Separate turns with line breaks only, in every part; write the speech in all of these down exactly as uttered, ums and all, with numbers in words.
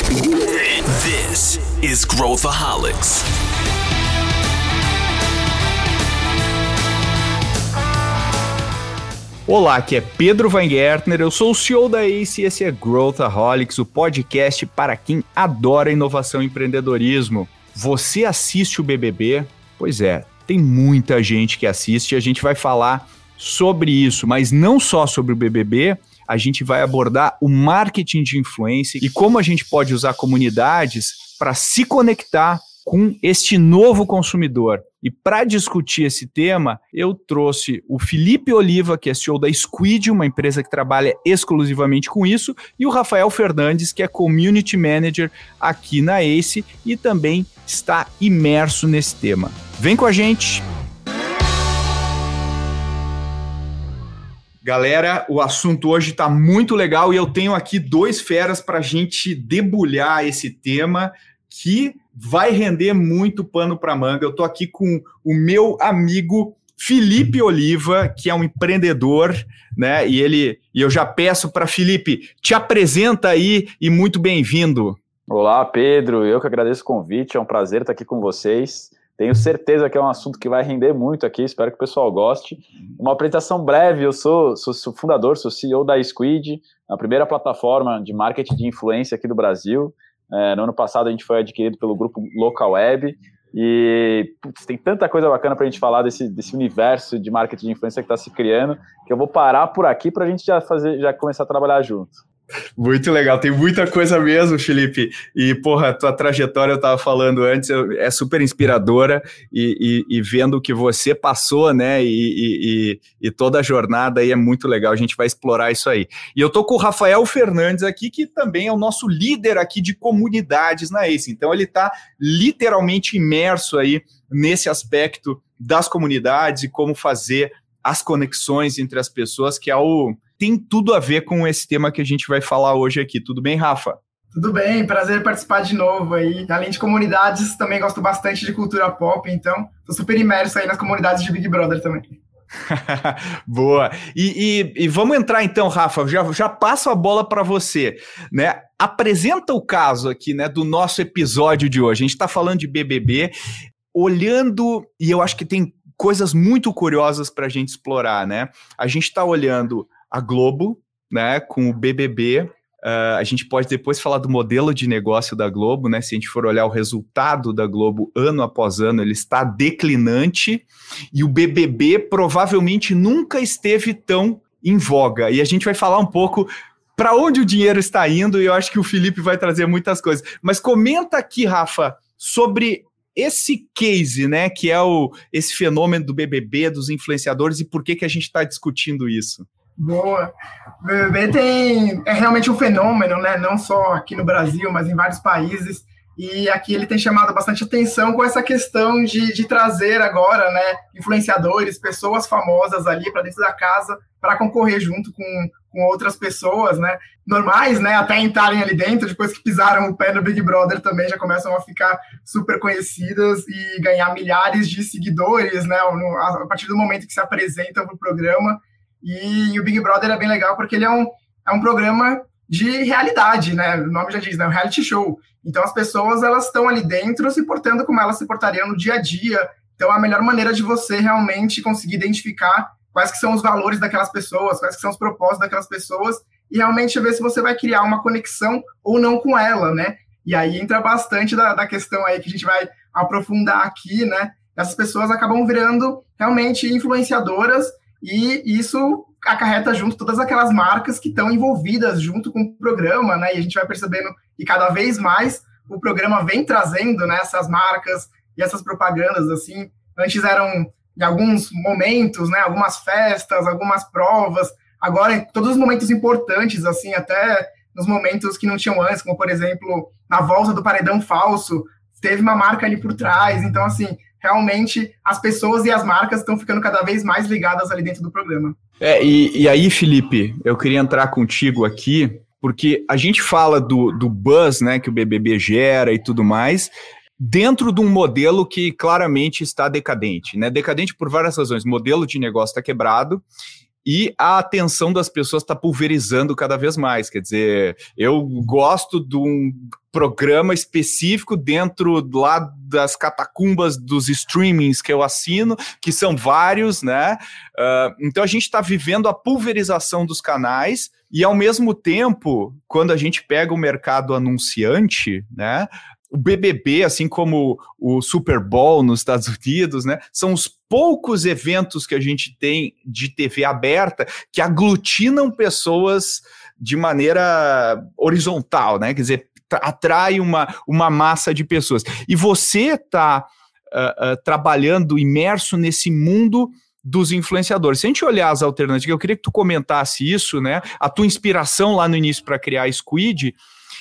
This is Growthaholics.
Olá, aqui é Pedro Weingärtner, eu sou o C E O da Ace e esse é Growthaholics, o podcast para quem adora inovação e empreendedorismo. Você assiste o B B B? Pois é, tem muita gente que assiste e a gente vai falar sobre isso, mas não só sobre o B B B, a gente vai abordar o marketing de influência e como a gente pode usar comunidades para se conectar com este novo consumidor. E para discutir esse tema, eu trouxe o Felipe Oliva, que é C E O da Squid, uma empresa que trabalha exclusivamente com isso, e o Rafael Fernandes, que é Community Manager aqui na Ace e também está imerso nesse tema. Vem com a gente! Galera, o assunto hoje está muito legal e eu tenho aqui dois feras para a gente debulhar esse tema que vai render muito pano para manga. Eu estou aqui com o meu amigo Felipe Oliva, que é um empreendedor, né? E ele, e eu já peço para Felipe, te apresenta aí e muito bem-vindo.
Olá, Pedro. Eu que agradeço o convite. É um prazer estar aqui com vocês. Tenho certeza que é um assunto que vai render muito aqui, espero que o pessoal goste. Uma apresentação breve, eu sou, sou, sou fundador, sou C E O da Squid, a primeira plataforma de marketing de influência aqui do Brasil. É, no ano passado a gente foi adquirido pelo grupo Localweb e putz, tem tanta coisa bacana para a gente falar desse, desse universo de marketing de influência que está se criando, que eu vou parar por aqui para a gente já, fazer, já começar a trabalhar junto.
Muito legal, tem muita coisa mesmo, Felipe, e porra, tua trajetória, eu estava falando antes, é super inspiradora, e, e, e vendo o que você passou, né, e, e, e toda a jornada aí é muito legal, a gente vai explorar isso aí. E eu tô com o Rafael Fernandes aqui, que também é o nosso líder aqui de comunidades na Ace, então ele está literalmente imerso aí nesse aspecto das comunidades e como fazer as conexões entre as pessoas, que é o... tem tudo a ver com esse tema que a gente vai falar hoje aqui. Tudo bem, Rafa?
Tudo bem, prazer participar de novo aí. Além de comunidades, também gosto bastante de cultura pop, então tô super imerso aí nas comunidades de Big Brother também.
Boa. E, e, e vamos entrar então, Rafa, já, já passo a bola para você, né? Apresenta o caso aqui, né, do nosso episódio de hoje. A gente está falando de B B B, olhando, e eu acho que tem coisas muito curiosas para a gente explorar, né? A gente está olhando a Globo, né, com o B B B, uh, a gente pode depois falar do modelo de negócio da Globo, né, se a gente for olhar o resultado da Globo ano após ano, ele está declinante, e o B B B provavelmente nunca esteve tão em voga, e a gente vai falar um pouco para onde o dinheiro está indo, e eu acho que o Felipe vai trazer muitas coisas, mas comenta aqui, Rafa, sobre esse case, né, que é o, esse fenômeno do B B B, dos influenciadores, e por que, que a gente está discutindo isso.
Boa. O B B B tem, é realmente um fenômeno, né? Não só aqui no Brasil, mas em vários países. E aqui ele tem chamado bastante atenção com essa questão de, de trazer agora, né, influenciadores, pessoas famosas ali para dentro da casa para concorrer junto com, com outras pessoas, né, normais, né, até entrarem ali dentro, depois que pisaram o pé no Big Brother também já começam a ficar super conhecidas e ganhar milhares de seguidores, né, no, a partir do momento que se apresentam para o programa. E, e o Big Brother é bem legal porque ele é um, é um programa de realidade, né? O nome já diz, né? Um reality show. Então as pessoas, elas estão ali dentro se portando como elas se portariam no dia a dia. Então a melhor maneira de você realmente conseguir identificar quais que são os valores daquelas pessoas, quais que são os propósitos daquelas pessoas e realmente ver se você vai criar uma conexão ou não com ela, né? E aí entra bastante da, da questão aí que a gente vai aprofundar aqui, né? Essas pessoas acabam virando realmente influenciadoras e isso acarreta junto todas aquelas marcas que estão envolvidas junto com o programa, né? E a gente vai percebendo que cada vez mais o programa vem trazendo, né, essas marcas e essas propagandas, assim. Antes eram, em alguns momentos, né, algumas festas, algumas provas. Agora, em todos os momentos importantes, assim, até nos momentos que não tinham antes, como, por exemplo, na volta do paredão falso, teve uma marca ali por trás. Então, assim, realmente as pessoas e as marcas estão ficando cada vez mais ligadas ali dentro do programa.
É, e, e aí, Felipe, eu queria entrar contigo aqui, porque a gente fala do, do buzz, né, que o B B B gera e tudo mais, dentro de um modelo que claramente está decadente, né? Decadente por várias razões. O modelo de negócio está quebrado e a atenção das pessoas está pulverizando cada vez mais. Quer dizer, eu gosto de um programa específico dentro lá das catacumbas dos streamings que eu assino, que são vários, né? Uh, então a gente está vivendo a pulverização dos canais e, ao mesmo tempo, quando a gente pega o mercado anunciante, né? O B B B, assim como o Super Bowl nos Estados Unidos, né, são os poucos eventos que a gente tem de T V aberta que aglutinam pessoas de maneira horizontal, né? Quer dizer, atrai uma, uma massa de pessoas. E você está uh, uh, trabalhando, imerso nesse mundo dos influenciadores. Se a gente olhar as alternativas, eu queria que tu comentasse isso, né? A tua inspiração lá no início para criar a Squid.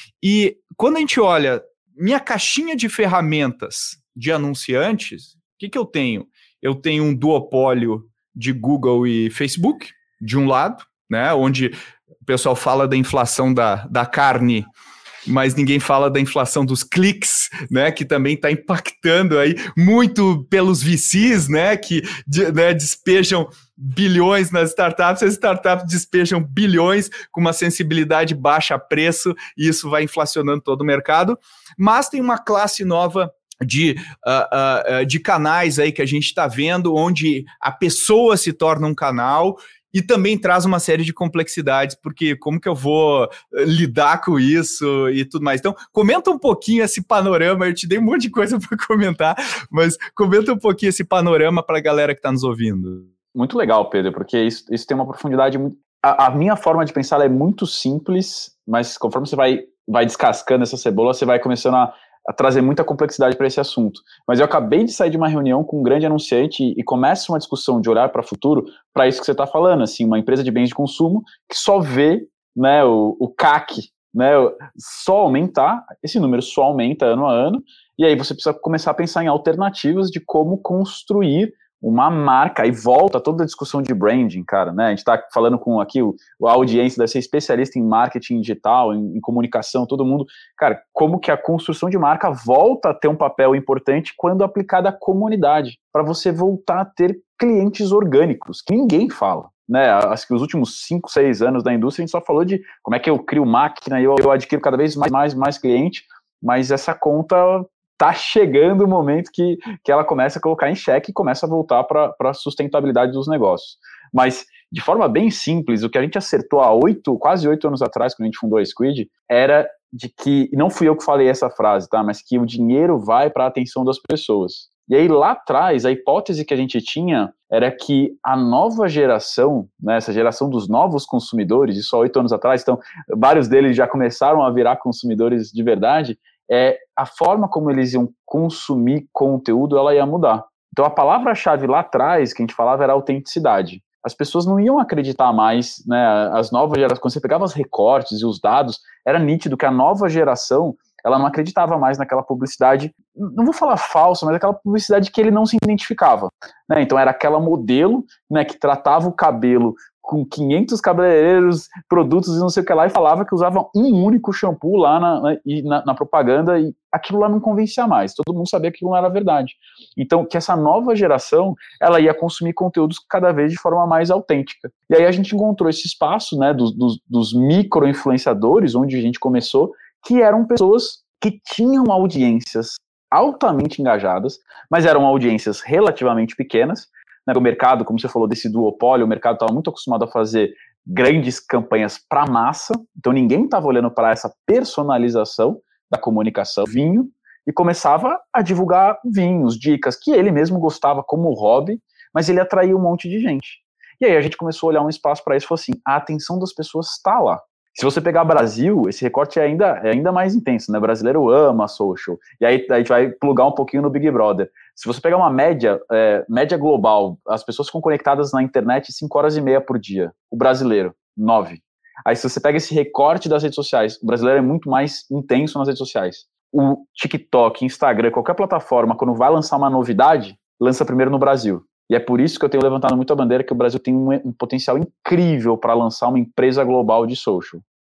E quando a gente olha minha caixinha de ferramentas de anunciantes, o que, que eu tenho? Eu tenho um duopólio de Google e Facebook, de um lado, né, onde o pessoal fala da inflação da, da carne, mas ninguém fala da inflação dos cliques, né, que também está impactando aí muito pelos V Cs, né, que de, né, despejam bilhões nas startups, as startups despejam bilhões com uma sensibilidade baixa a preço, e isso vai inflacionando todo o mercado. Mas tem uma classe nova de, uh, uh, de canais aí que a gente está vendo, onde a pessoa se torna um canal, e também traz uma série de complexidades, porque como que eu vou lidar com isso e tudo mais. Então, comenta um pouquinho esse panorama, eu te dei um monte de coisa para comentar, mas comenta um pouquinho esse panorama para a galera que está nos ouvindo.
Muito legal, Pedro, porque isso, isso tem uma profundidade muito... A, a minha forma de pensar é muito simples, mas conforme você vai, vai descascando essa cebola, você vai começando a, a trazer muita complexidade para esse assunto. Mas eu acabei de sair de uma reunião com um grande anunciante e, e começa uma discussão de olhar para o futuro para isso que você está falando, assim, uma empresa de bens de consumo que só vê, né, o, o C A C, né, só aumentar, esse número só aumenta ano a ano, e aí você precisa começar a pensar em alternativas de como construir uma marca, aí volta toda a discussão de branding, cara, né, a gente tá falando com aqui, o, a audiência deve ser especialista em marketing digital, em, em comunicação, todo mundo, cara, como que a construção de marca volta a ter um papel importante quando aplicada à comunidade, para você voltar a ter clientes orgânicos, que ninguém fala, né, acho que os últimos cinco, seis anos da indústria a gente só falou de como é que eu crio máquina e eu, eu adquiro cada vez mais, mais, mais cliente, mas essa conta tá chegando o momento que, que ela começa a colocar em xeque e começa a voltar para a sustentabilidade dos negócios. Mas, de forma bem simples, o que a gente acertou há oito, quase oito anos atrás, quando a gente fundou a Squid, era de que, não fui eu que falei essa frase, tá? Mas que o dinheiro vai para a atenção das pessoas. E aí, lá atrás, a hipótese que a gente tinha era que a nova geração, né, essa geração dos novos consumidores, isso há oito anos atrás, então, vários deles já começaram a virar consumidores de verdade, é, a forma como eles iam consumir conteúdo, ela ia mudar. Então, a palavra-chave lá atrás, que a gente falava, era autenticidade. As pessoas não iam acreditar mais, né, as novas gerações, quando você pegava os recortes e os dados, era nítido que a nova geração, ela não acreditava mais naquela publicidade, não vou falar falsa, mas aquela publicidade que ele não se identificava, né? Então, era aquela modelo, né, que tratava o cabelo com quinhentos cabeleireiros, produtos e não sei o que lá, e falava que usava um único shampoo lá na, na, na, na propaganda, e aquilo lá não convencia mais, todo mundo sabia que aquilo não era verdade. Então, que essa nova geração, ela ia consumir conteúdos cada vez de forma mais autêntica. E aí a gente encontrou esse espaço, né, dos, dos, dos micro-influenciadores, onde a gente começou, que eram pessoas que tinham audiências altamente engajadas, mas eram audiências relativamente pequenas. O mercado, como você falou, desse duopólio, o mercado estava muito acostumado a fazer grandes campanhas para massa, então ninguém estava olhando para essa personalização da comunicação, vinho, e começava a divulgar vinhos, dicas, que ele mesmo gostava como hobby, mas ele atraía um monte de gente. E aí a gente começou a olhar um espaço para isso e falou assim, a atenção das pessoas está lá. Se você pegar Brasil, esse recorte é ainda, é ainda mais intenso, né? O brasileiro ama social. E aí a gente vai plugar um pouquinho no Big Brother. Se você pegar uma média, é, média global, as pessoas ficam conectadas na internet cinco horas e meia por dia. O brasileiro, nove. Aí se você pega esse recorte das redes sociais, o brasileiro é muito mais intenso nas redes sociais. O TikTok, Instagram, qualquer plataforma, quando vai lançar uma novidade, lança primeiro no Brasil. E é por isso que eu tenho levantado muito a bandeira que o Brasil tem um, um potencial incrível para lançar uma empresa global de social.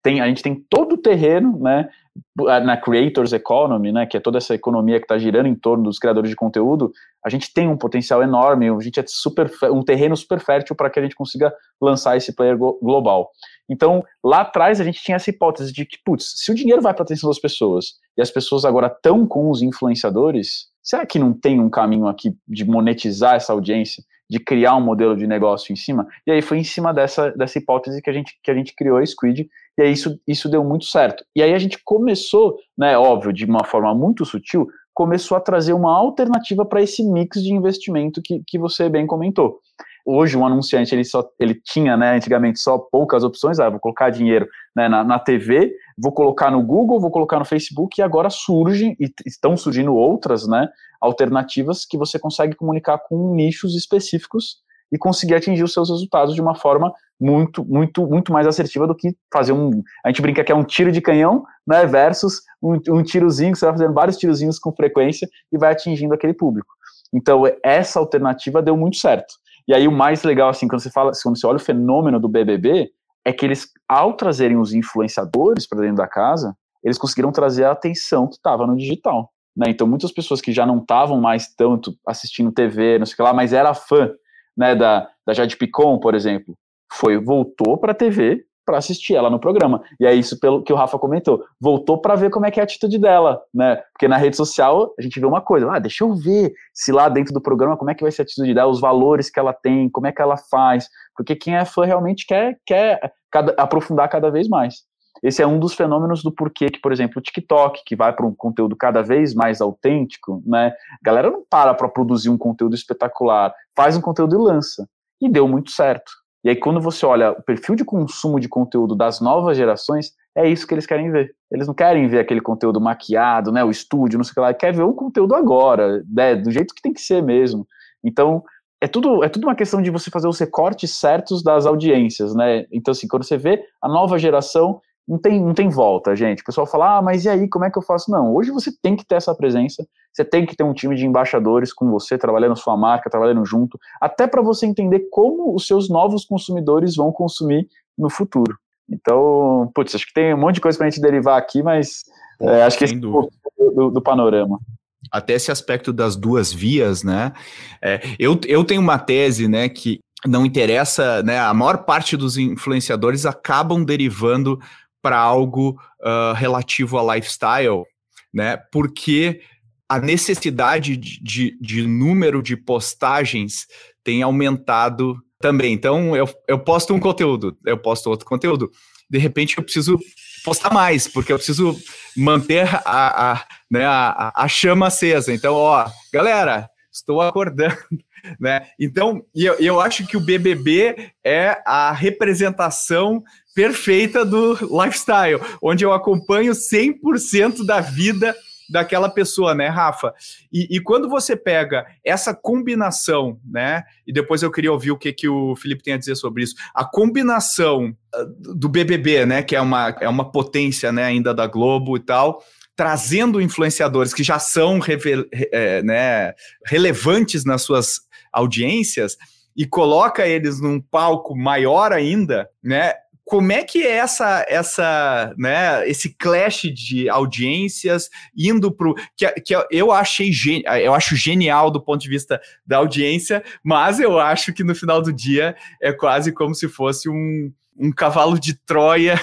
tem, a gente tem todo o terreno, né, na Creators Economy, né, que é toda essa economia que está girando em torno dos criadores de conteúdo. A gente tem um potencial enorme, a gente é super, um terreno super fértil para que a gente consiga lançar esse player global. Então, lá atrás a gente tinha essa hipótese de que, putz, se o dinheiro vai para a atenção das pessoas, e as pessoas agora estão com os influenciadores, será que não tem um caminho aqui de monetizar essa audiência, de criar um modelo de negócio em cima? E aí foi em cima dessa, dessa hipótese que a gente, que a gente criou a Squid, e aí isso, isso deu muito certo. E aí a gente começou, né, óbvio, de uma forma muito sutil, começou a trazer uma alternativa para esse mix de investimento que, que você bem comentou. Hoje, um anunciante, ele, só, ele tinha, né, antigamente, só poucas opções, ah, vou colocar dinheiro, né, na, na T V, vou colocar no Google, vou colocar no Facebook, e agora surgem, e estão surgindo outras, né, alternativas que você consegue comunicar com nichos específicos e conseguir atingir os seus resultados de uma forma muito, muito, muito mais assertiva do que fazer um, a gente brinca que é um tiro de canhão, né, versus um, um tirozinho, que você vai fazendo vários tirozinhos com frequência e vai atingindo aquele público. Então, essa alternativa deu muito certo. E aí o mais legal, assim, quando você fala, quando você olha o fenômeno do B B B, é que eles, ao trazerem os influenciadores para dentro da casa, eles conseguiram trazer a atenção que estava no digital, né? Então muitas pessoas que já não estavam mais tanto assistindo T V, não sei o que lá, mas era fã, né, da, da Jade Picon, por exemplo, foi, voltou para a T V para assistir ela no programa. E é isso pelo que o Rafa comentou, voltou para ver como é que é a atitude dela, né? Porque na rede social a gente vê uma coisa, ah, deixa eu ver se lá dentro do programa como é que vai ser a atitude dela, os valores que ela tem, como é que ela faz, porque quem é fã realmente quer, quer cada, aprofundar cada vez mais. Esse é um dos fenômenos do porquê que, por exemplo, o TikTok, que vai para um conteúdo cada vez mais autêntico, né? A galera não para para produzir um conteúdo espetacular, faz um conteúdo e lança. E deu muito certo. E aí, quando você olha o perfil de consumo de conteúdo das novas gerações, é isso que eles querem ver. Eles não querem ver aquele conteúdo maquiado, né, o estúdio, não sei o que lá, quer ver o conteúdo agora, né, do jeito que tem que ser mesmo. Então, é tudo, é tudo uma questão de você fazer os recortes certos das audiências, né? Então, assim, quando você vê a nova geração, não tem, não tem volta, gente. O pessoal fala, ah, mas e aí, como é que eu faço? Não, hoje você tem que ter essa presença, você tem que ter um time de embaixadores com você, trabalhando sua marca, trabalhando junto, até para você entender como os seus novos consumidores vão consumir no futuro. Então, putz, acho que tem um monte de coisa para a gente derivar aqui, mas Pô, é, acho que esse é o do, do panorama.
Até esse aspecto das duas vias, né? É, eu, eu tenho uma tese, né, que não interessa, né? A maior parte dos influenciadores acabam derivando para algo uh, relativo a lifestyle, né? Porque a necessidade de, de, de número de postagens tem aumentado também. Então, eu, eu posto um conteúdo, eu posto outro conteúdo. De repente, eu preciso postar mais, porque eu preciso manter a, a, né, a, a chama acesa. Então, ó, galera, estou acordando, né? Então, eu, eu acho que o B B B é a representação perfeita do lifestyle, onde eu acompanho cem por cento da vida daquela pessoa, né, Rafa? E, e quando você pega essa combinação, né, e depois eu queria ouvir o que, que o Felipe tem a dizer sobre isso, a combinação do B B B, né, que é uma, é uma potência, né, ainda da Globo e tal, trazendo influenciadores que já são revel, é, né, relevantes nas suas audiências e coloca eles num palco maior ainda, né? Como é que é essa, essa, né, esse clash de audiências indo pro que, que eu achei gen, eu acho genial do ponto de vista da audiência, mas eu acho que no final do dia é quase como se fosse um, um cavalo de Troia,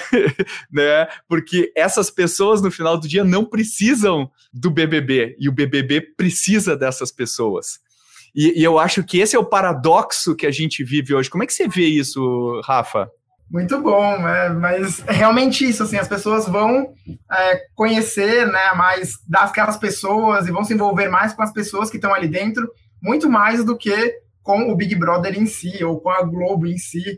né? Porque essas pessoas no final do dia não precisam do B B B e o B B B precisa dessas pessoas. E, e eu acho que esse é o paradoxo que a gente vive hoje. Como é que você vê isso, Rafa?
Muito bom, né? Mas é realmente isso, assim, as pessoas vão é, conhecer, né, mais daquelas pessoas e vão se envolver mais com as pessoas que estão ali dentro, muito mais do que com o Big Brother em si, ou com a Globo em si,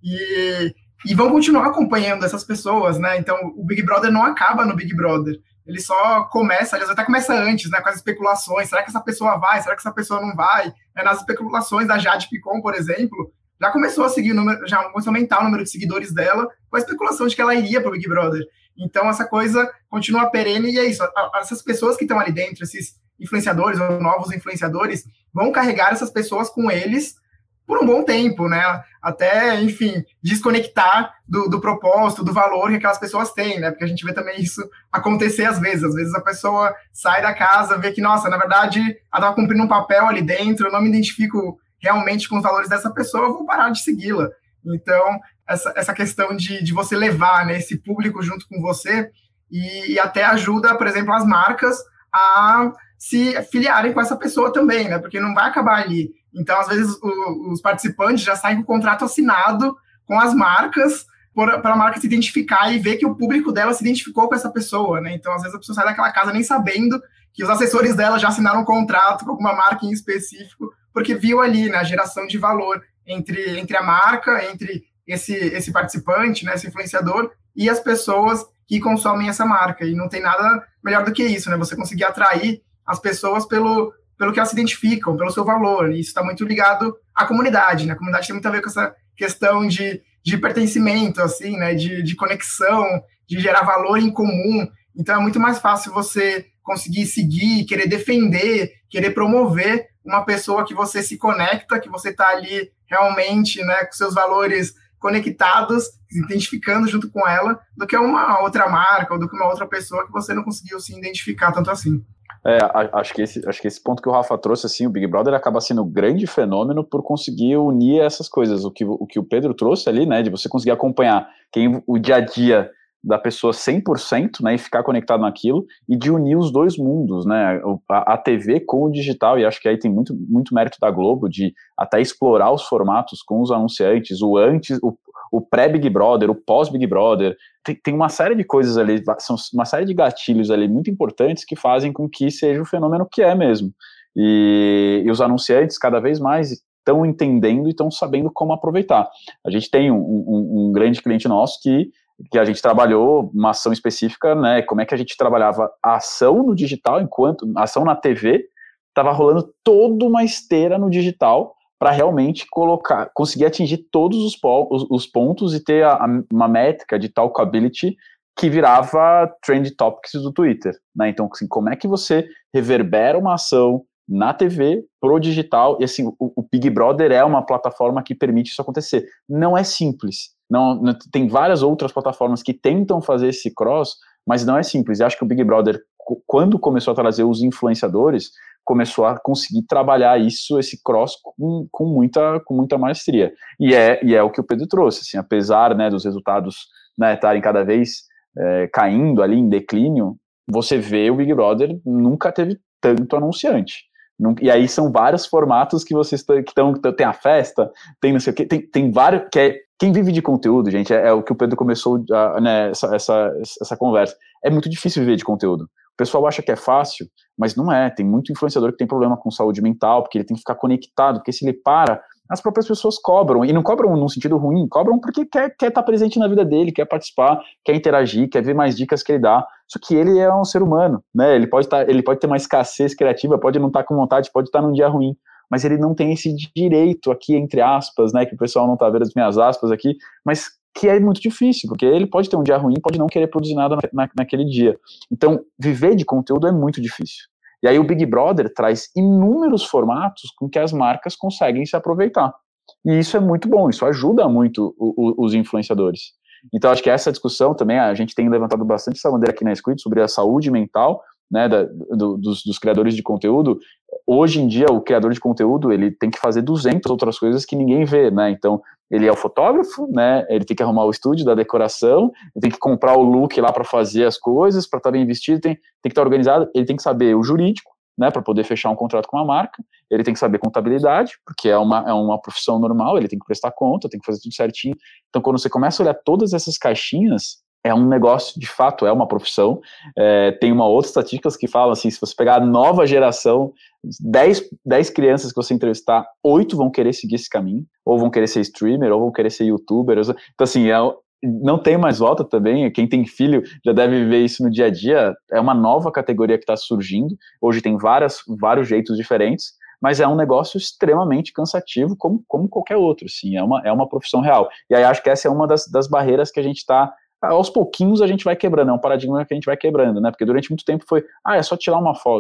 e, e vão continuar acompanhando essas pessoas, né? Então, o Big Brother não acaba no Big Brother, ele só começa, aliás, até começa antes, né, com as especulações, será que essa pessoa vai, será que essa pessoa não vai? É, nas especulações da Jade Picon, por exemplo, já começou a seguir o número, já começou a aumentar o número de seguidores dela com a especulação de que ela iria para o Big Brother. Então, essa coisa continua perene e é isso. Essas pessoas que estão ali dentro, esses influenciadores ou novos influenciadores, vão carregar essas pessoas com eles por um bom tempo, né? Até, enfim, desconectar do, do propósito, do valor que aquelas pessoas têm, né? Porque a gente vê também isso acontecer às vezes. Às vezes a pessoa sai da casa, vê que, nossa, na verdade, ela estava cumprindo um papel ali dentro, eu não me identifico realmente com os valores dessa pessoa, eu vou parar de segui-la. Então, essa, essa questão de, de você levar, né, esse público junto com você e, e até ajuda, por exemplo, as marcas a se filiarem com essa pessoa também, né? Porque não vai acabar ali. Então, às vezes, o, os participantes já saem com o contrato assinado com as marcas, para a marca se identificar e ver que o público dela se identificou com essa pessoa, né? Então, às vezes, a pessoa sai daquela casa nem sabendo que os assessores dela já assinaram um contrato com alguma marca em específico, porque viu ali, né, a geração de valor entre, entre a marca, entre esse, esse participante, né, esse influenciador, e as pessoas que consomem essa marca. E não tem nada melhor do que isso, né? Você conseguir atrair as pessoas pelo, pelo que elas se identificam, pelo seu valor. E isso está muito ligado à comunidade, né? A comunidade tem muito a ver com essa questão de, de pertencimento, assim, né? De, de conexão, de gerar valor em comum. Então, é muito mais fácil você conseguir seguir, querer defender, querer promover uma pessoa que você se conecta, que você está ali realmente, né, com seus valores conectados, se identificando junto com ela, do que uma outra marca ou do que uma outra pessoa que você não conseguiu se identificar tanto assim.
É, acho que, esse, acho que esse ponto que o Rafa trouxe, assim, o Big Brother acaba sendo um grande fenômeno por conseguir unir essas coisas, o que o, que o Pedro trouxe ali, né, de você conseguir acompanhar quem, o dia a dia da pessoa cem por cento, né, e ficar conectado naquilo, e de unir os dois mundos, né, a, a T V com o digital, e acho que aí tem muito, muito mérito da Globo, de até explorar os formatos com os anunciantes, o antes, o, o pré-Big Brother, o pós-Big Brother, tem, tem uma série de coisas ali, são uma série de gatilhos ali muito importantes que fazem com que seja o fenômeno que é mesmo, e, e os anunciantes cada vez mais estão entendendo e estão sabendo como aproveitar. A gente tem um, um, um grande cliente nosso que que a gente trabalhou uma ação específica, né, como é que a gente trabalhava a ação no digital, enquanto a ação na T V, estava rolando toda uma esteira no digital para realmente colocar, conseguir atingir todos os, os, os pontos e ter a, a, uma métrica de talkability que virava trend topics do Twitter, né, então assim, como é que você reverbera uma ação na T V pro digital, e assim, o, o Big Brother é uma plataforma que permite isso acontecer, não é simples. Não, não, tem várias outras plataformas que tentam fazer esse cross, mas não é simples. E acho que o Big Brother, quando começou a trazer os influenciadores, começou a conseguir trabalhar isso, esse cross, com, com, muita, com muita maestria. E é, e é o que o Pedro trouxe, assim, apesar, né, dos resultados, né, estarem cada vez é, caindo ali em declínio, você vê o Big Brother nunca teve tanto anunciante. E aí são vários formatos que vocês que estão, tem a festa, tem não sei o que, tem, tem vários, que é, quem vive de conteúdo, gente, é, é o que o Pedro começou, a, né, essa, essa, essa conversa, é muito difícil viver de conteúdo, o pessoal acha que é fácil, mas não é, tem muito influenciador que tem problema com saúde mental, porque ele tem que ficar conectado, porque se ele para, as próprias pessoas cobram, e não cobram num sentido ruim, cobram porque quer, quer estar presente na vida dele, quer participar, quer interagir, quer ver mais dicas que ele dá, só que ele é um ser humano, né, ele pode, tá, ele pode ter uma escassez criativa, pode não estar com vontade, pode estar num dia ruim, mas ele não tem esse direito aqui, entre aspas, né, que o pessoal não está vendo as minhas aspas aqui, mas que é muito difícil, porque ele pode ter um dia ruim, pode não querer produzir nada na, na, naquele dia, então viver de conteúdo é muito difícil. E aí o Big Brother traz inúmeros formatos com que as marcas conseguem se aproveitar. E isso é muito bom, isso ajuda muito o, o, os influenciadores. Então acho que essa discussão também, a gente tem levantado bastante essa bandeira aqui na Squid sobre a saúde mental, né, da, do, dos, dos criadores de conteúdo. Hoje em dia o criador de conteúdo, ele tem que fazer duzentas outras coisas que ninguém vê, né, então ele é o fotógrafo, né, ele tem que arrumar o estúdio da decoração, ele tem que comprar o look lá para fazer as coisas, para estar bem vestido, tem, tem que estar organizado, ele tem que saber o jurídico, né, para poder fechar um contrato com uma marca, ele tem que saber contabilidade, porque é uma, é uma profissão normal, ele tem que prestar conta, tem que fazer tudo certinho. Então quando você começa a olhar todas essas caixinhas, é um negócio, de fato, é uma profissão. É, tem uma outra estatística que fala assim, se você pegar a nova geração, dez, dez crianças que você entrevistar, oito vão querer seguir esse caminho, ou vão querer ser streamer, ou vão querer ser youtuber. Então assim, é, não tem mais volta também, quem tem filho já deve viver isso no dia a dia, é uma nova categoria que está surgindo, hoje tem várias, vários jeitos diferentes, mas é um negócio extremamente cansativo, como, como qualquer outro, assim, é uma, é uma profissão real. E aí acho que essa é uma das, das barreiras que a gente está, aos pouquinhos a gente vai quebrando, é um paradigma que a gente vai quebrando, né, porque durante muito tempo foi, ah, é só tirar uma foto.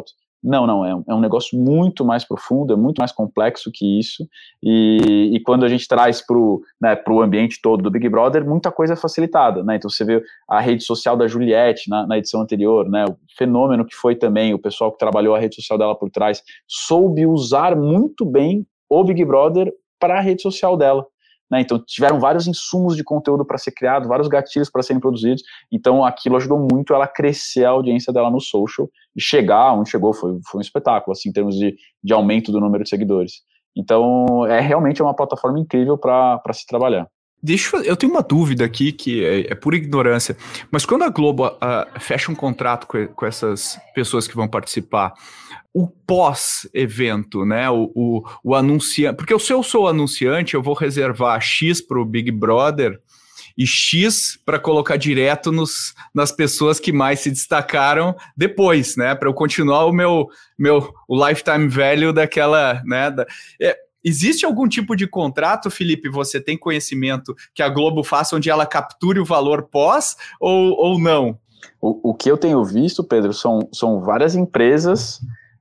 Não, não, é um, é um negócio muito mais profundo, é muito mais complexo que isso, e, e quando a gente traz para o né, pro ambiente todo do Big Brother, muita coisa é facilitada, né, então você vê a rede social da Juliette na, na edição anterior, né, o fenômeno que foi também, o pessoal que trabalhou a rede social dela por trás, soube usar muito bem o Big Brother para a rede social dela. Né, então tiveram vários insumos de conteúdo para ser criado, vários gatilhos para serem produzidos, então aquilo ajudou muito ela a crescer a audiência dela no social e chegar onde chegou, foi, foi um espetáculo, assim, em termos de, de aumento do número de seguidores. Então é realmente uma plataforma incrível para se trabalhar.
Deixa eu, eu tenho uma dúvida aqui, que é, é pura ignorância, mas quando a Globo uh, fecha um contrato com, com essas pessoas que vão participar, o pós-evento, né, o, o, o anunciante, porque se eu sou anunciante, eu vou reservar X para o Big Brother e X para colocar direto nos, nas pessoas que mais se destacaram depois, né, para eu continuar o meu, meu o lifetime value daquela, né, da, é, existe algum tipo de contrato, Felipe, você tem conhecimento que a Globo faça onde ela capture o valor pós ou, ou não?
O, o que eu tenho visto, Pedro, são, são várias empresas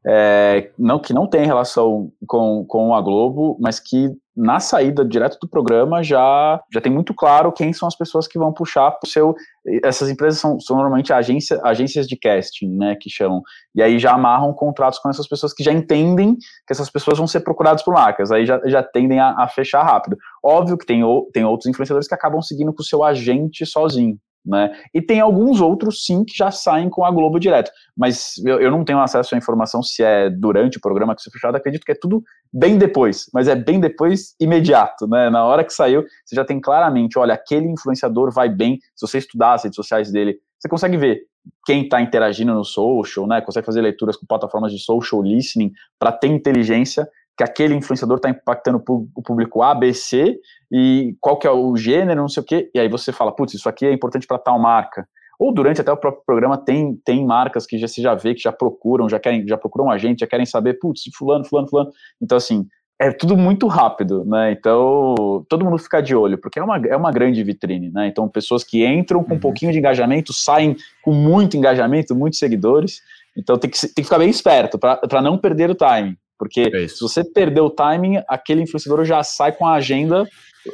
É, não, que não tem relação com, com a Globo, mas que na saída direto do programa já, já tem muito claro quem são as pessoas que vão puxar para o seu... Essas empresas são, são normalmente agência, agências de casting, né, que chamam, e aí já amarram contratos com essas pessoas que já entendem que essas pessoas vão ser procuradas por marcas, aí já, já tendem a, a fechar rápido. Óbvio que tem, tem outros influenciadores que acabam seguindo com o seu agente sozinho, né? E tem alguns outros sim que já saem com a Globo direto, mas eu, eu não tenho acesso à informação se é durante o programa que isso é fechado, acredito que é tudo bem depois, mas é bem depois imediato, né? Na hora que saiu, você já tem claramente, olha, aquele influenciador vai bem, se você estudar as redes sociais dele, você consegue ver quem está interagindo no social, né? Consegue fazer leituras com plataformas de social listening para ter inteligência que aquele influenciador está impactando o público A, B, C, e qual que é o gênero, não sei o quê, e aí você fala, putz, isso aqui é importante para tal marca. Ou durante até o próprio programa tem, tem marcas que já se já vê, que já procuram, já querem, já procuram a gente, já querem saber, putz, fulano, fulano, fulano. Então, assim, é tudo muito rápido, né? Então, todo mundo fica de olho, porque é uma, é uma grande vitrine, né? Então, pessoas que entram com um pouquinho de engajamento, saem com muito engajamento, muitos seguidores. Então, tem que, tem que ficar bem esperto para não perder o timing. Porque é se você perder o timing, aquele influenciador já sai com a agenda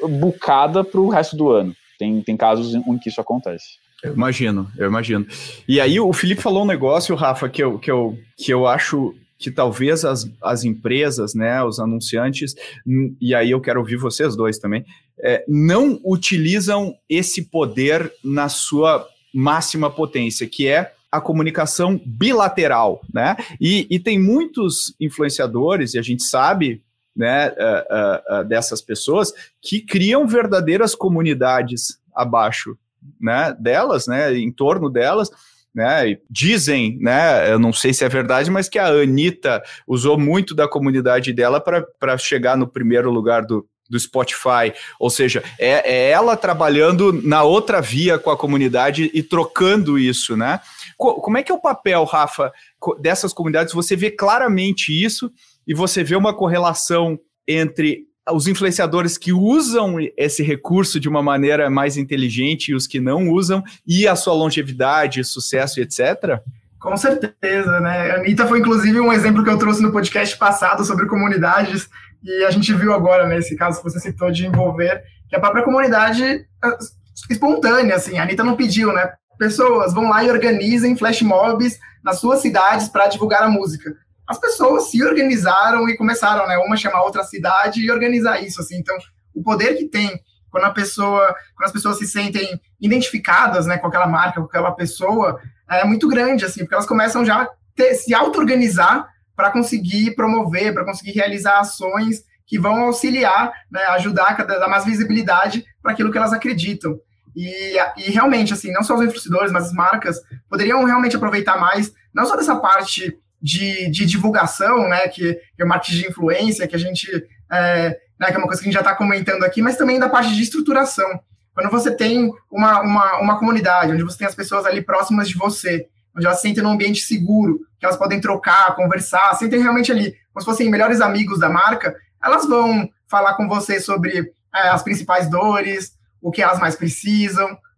bucada para o resto do ano. Tem, tem casos em que isso acontece.
Eu imagino, eu imagino. E aí o Felipe falou um negócio, Rafa, que eu, que eu, que eu acho que talvez as, as empresas, né, os anunciantes, e aí eu quero ouvir vocês dois também, é, não utilizam esse poder na sua máxima potência, que é a comunicação bilateral, né? E, e tem muitos influenciadores, e a gente sabe, né, uh, uh, uh, dessas pessoas, que criam verdadeiras comunidades abaixo, né, delas, né, em torno delas, né, e dizem, né, eu não sei se é verdade, mas que a Anitta usou muito da comunidade dela para chegar no primeiro lugar do, do Spotify, ou seja, é, é ela trabalhando na outra via com a comunidade e trocando isso, né? Como é que é o papel, Rafa, dessas comunidades? Você vê claramente isso e você vê uma correlação entre os influenciadores que usam esse recurso de uma maneira mais inteligente e os que não usam, e a sua longevidade, sucesso, etcétera?
Com certeza, né? A Anitta foi, inclusive, um exemplo que eu trouxe no podcast passado sobre comunidades, e a gente viu agora, nesse caso que você citou, de envolver, que a própria comunidade espontânea, assim, a Anitta não pediu, né? Pessoas vão lá e organizem flash mobs nas suas cidades para divulgar a música. As pessoas se organizaram e começaram, né, uma chamar outra cidade e organizar isso, assim. Então, o poder que tem quando a pessoa, quando as pessoas se sentem identificadas, né, com aquela marca, com aquela pessoa, é muito grande, assim, porque elas começam já a ter, se auto-organizar para conseguir promover, para conseguir realizar ações que vão auxiliar, né, ajudar a dar mais visibilidade para aquilo que elas acreditam. E, e realmente, assim, não só os influenciadores, mas as marcas poderiam realmente aproveitar mais, não só dessa parte de, de divulgação, né, que, que é o marketing de influência, que a gente, é, né, que é uma coisa que a gente já está comentando aqui, mas também da parte de estruturação. Quando você tem uma, uma, uma comunidade, onde você tem as pessoas ali próximas de você, onde elas se sentem num ambiente seguro, que elas podem trocar, conversar, sentem realmente ali, como se fossem melhores amigos da marca, elas vão falar com você sobre é, as principais dores, o que elas mais precisam,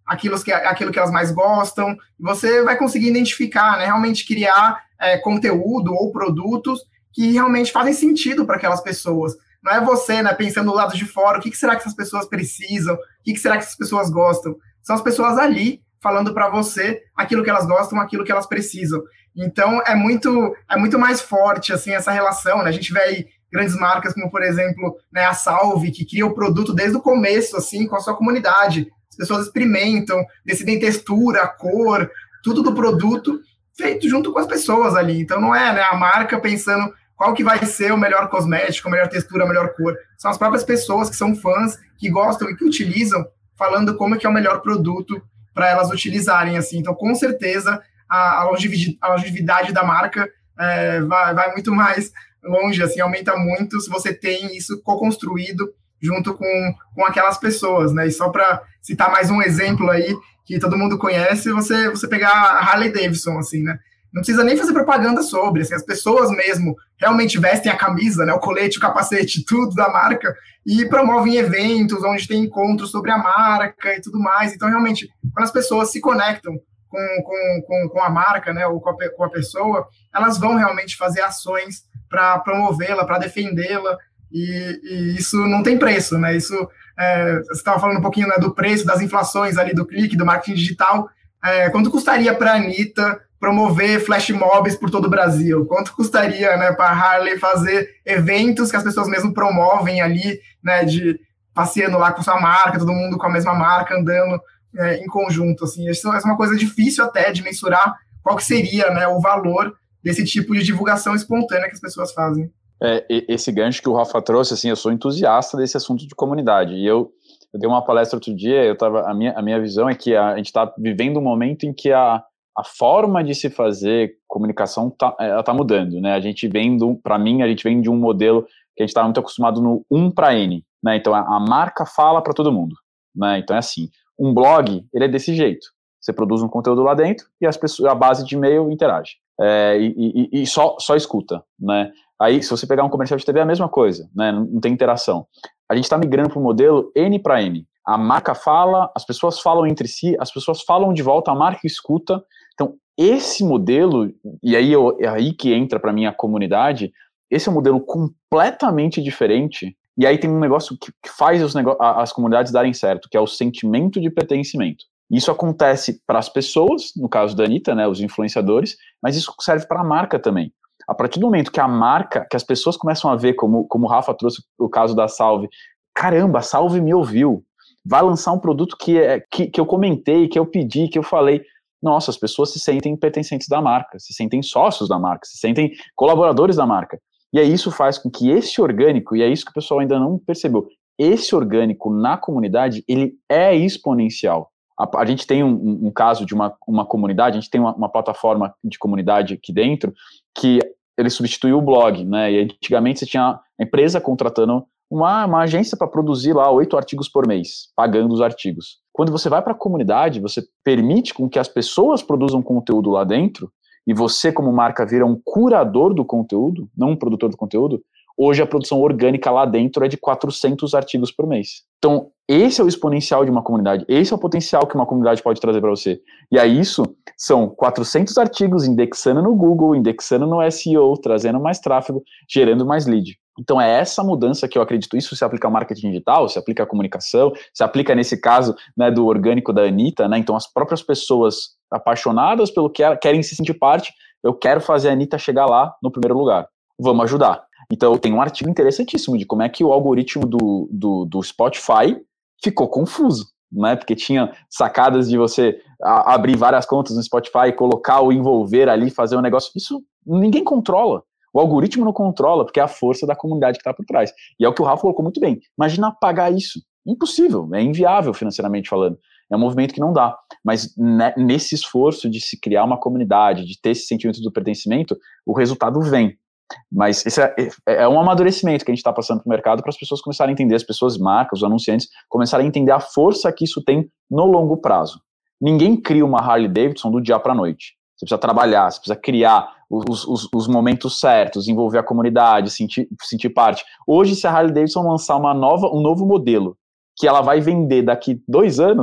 aquilo que, aquilo que elas mais gostam, você vai conseguir identificar, né, realmente criar é, conteúdo ou produtos que realmente fazem sentido para aquelas pessoas. Não é você, né, pensando do lado de fora, o que, que será que essas pessoas precisam, o que, que será que essas pessoas gostam. São as pessoas ali falando para você aquilo que elas gostam, aquilo que elas precisam. Então, é muito, é muito mais forte, assim, essa relação, né? A gente vê aí grandes marcas como, por exemplo, né, a Salve, que cria o produto desde o começo, assim, com a sua comunidade. As pessoas experimentam, decidem textura, cor, tudo do produto feito junto com as pessoas ali. Então, não é, né, a marca pensando qual que vai ser o melhor cosmético, a melhor textura, a melhor cor. São as próprias pessoas que são fãs, que gostam e que utilizam, falando como que é o melhor produto para elas utilizarem, assim. Então, com certeza, a, a, longevidade, a longevidade da marca é, vai, vai muito mais longe, assim, aumenta muito se você tem isso co-construído junto com, com aquelas pessoas, né? E só para citar mais um exemplo aí, que todo mundo conhece, você, você pegar a Harley Davidson, assim, né? Não precisa nem fazer propaganda sobre, assim, as pessoas mesmo realmente vestem a camisa, né, o colete, o capacete, tudo da marca, e promovem eventos onde tem encontros sobre a marca e tudo mais. Então, realmente, quando as pessoas se conectam com, com, com, com a marca, né, ou com a, com a pessoa, elas vão realmente fazer ações para promovê-la, para defendê-la, e, e isso não tem preço, né? Isso, é, você estava falando um pouquinho, né, do preço, das inflações ali do clique, do marketing digital. É, quanto custaria para a Anitta promover flash mobs por todo o Brasil? Quanto custaria, né, para a Harley fazer eventos que as pessoas mesmo promovem ali, né, de passeando lá com sua marca, todo mundo com a mesma marca, andando é, em conjunto, assim. Isso é uma coisa difícil até de mensurar qual que seria, né, o valor desse tipo de divulgação espontânea que as pessoas fazem.
É, esse gancho que o Rafa trouxe, assim, eu sou entusiasta desse assunto de comunidade, e eu, eu dei uma palestra outro dia, eu tava, a, minha, a minha visão é que a, a gente está vivendo um momento em que a, a forma de se fazer comunicação tá, ela tá mudando, né? A gente vem, para mim, a gente vem de um modelo que a gente está muito acostumado no um para N, né? Então, a, a marca fala para todo mundo, né? Então, é assim, um blog, ele é desse jeito, você produz um conteúdo lá dentro e as pessoas, a base de e-mail interage, é, e, e, e só, só escuta, né? Aí, se você pegar um comercial de T V, é a mesma coisa, né? Não, não tem interação. A gente está migrando para o modelo N para N. A marca fala, as pessoas falam entre si, as pessoas falam de volta, a marca escuta. Então, esse modelo, e aí eu, é aí que entra para mim a comunidade, esse é um modelo completamente diferente, e aí tem um negócio que, que faz os nego- as comunidades darem certo, que é o sentimento de pertencimento. Isso acontece para as pessoas, no caso da Anitta, né, os influenciadores, mas isso serve para a marca também. A partir do momento que a marca, que as pessoas começam a ver, como, como o Rafa trouxe o caso da Salve, caramba, a Salve me ouviu, vai lançar um produto que, é, que, que eu comentei, que eu pedi, que eu falei. Nossa, as pessoas se sentem pertencentes da marca, se sentem sócios da marca, se sentem colaboradores da marca. E aí isso faz com que esse orgânico, e é isso que o pessoal ainda não percebeu, esse orgânico na comunidade, ele é exponencial. A, a gente tem um, um, um caso de uma, uma comunidade, a gente tem uma, uma plataforma de comunidade aqui dentro, que ele substituiu o blog, né? E antigamente você tinha a empresa contratando uma, uma agência para produzir lá oito artigos por mês, pagando os artigos. Quando você vai para a comunidade, você permite com que as pessoas produzam conteúdo lá dentro, e você, como marca, vira um curador do conteúdo, não um produtor do conteúdo. Hoje a produção orgânica lá dentro é de quatrocentos artigos por mês. Então, esse é o exponencial de uma comunidade, esse é o potencial que uma comunidade pode trazer para você. E aí isso são quatrocentos artigos indexando no Google, indexando no S E O, trazendo mais tráfego, gerando mais lead. Então é essa mudança que eu acredito, isso se aplica ao marketing digital, se aplica à comunicação, se aplica nesse caso, né, do orgânico da Anitta, né? Então as próprias pessoas apaixonadas pelo que querem se sentir parte, eu quero fazer a Anitta chegar lá no primeiro lugar, vamos ajudar. Então tem um artigo interessantíssimo de como é que o algoritmo do, do, do Spotify ficou confuso, né? Porque tinha sacadas de você a, abrir várias contas no Spotify, colocar ou envolver ali, fazer um negócio, isso ninguém controla. O algoritmo não controla, porque é a força da comunidade que está por trás. E é o que o Rafa colocou muito bem. Imagina pagar isso. Impossível, é inviável financeiramente falando. É um movimento que não dá. Mas né, nesse esforço de se criar uma comunidade, de ter esse sentimento do pertencimento, o resultado vem. Mas esse é, é um amadurecimento que a gente está passando para o mercado para as pessoas começarem a entender, as pessoas, marcas, os anunciantes, começarem a entender a força que isso tem no longo prazo. Ninguém cria uma Harley Davidson do dia para a noite. Você precisa trabalhar, você precisa criar os, os, os momentos certos, envolver a comunidade, sentir, sentir parte. Hoje, se a Harley Davidson lançar uma nova, um novo modelo, que ela vai vender daqui dois anos,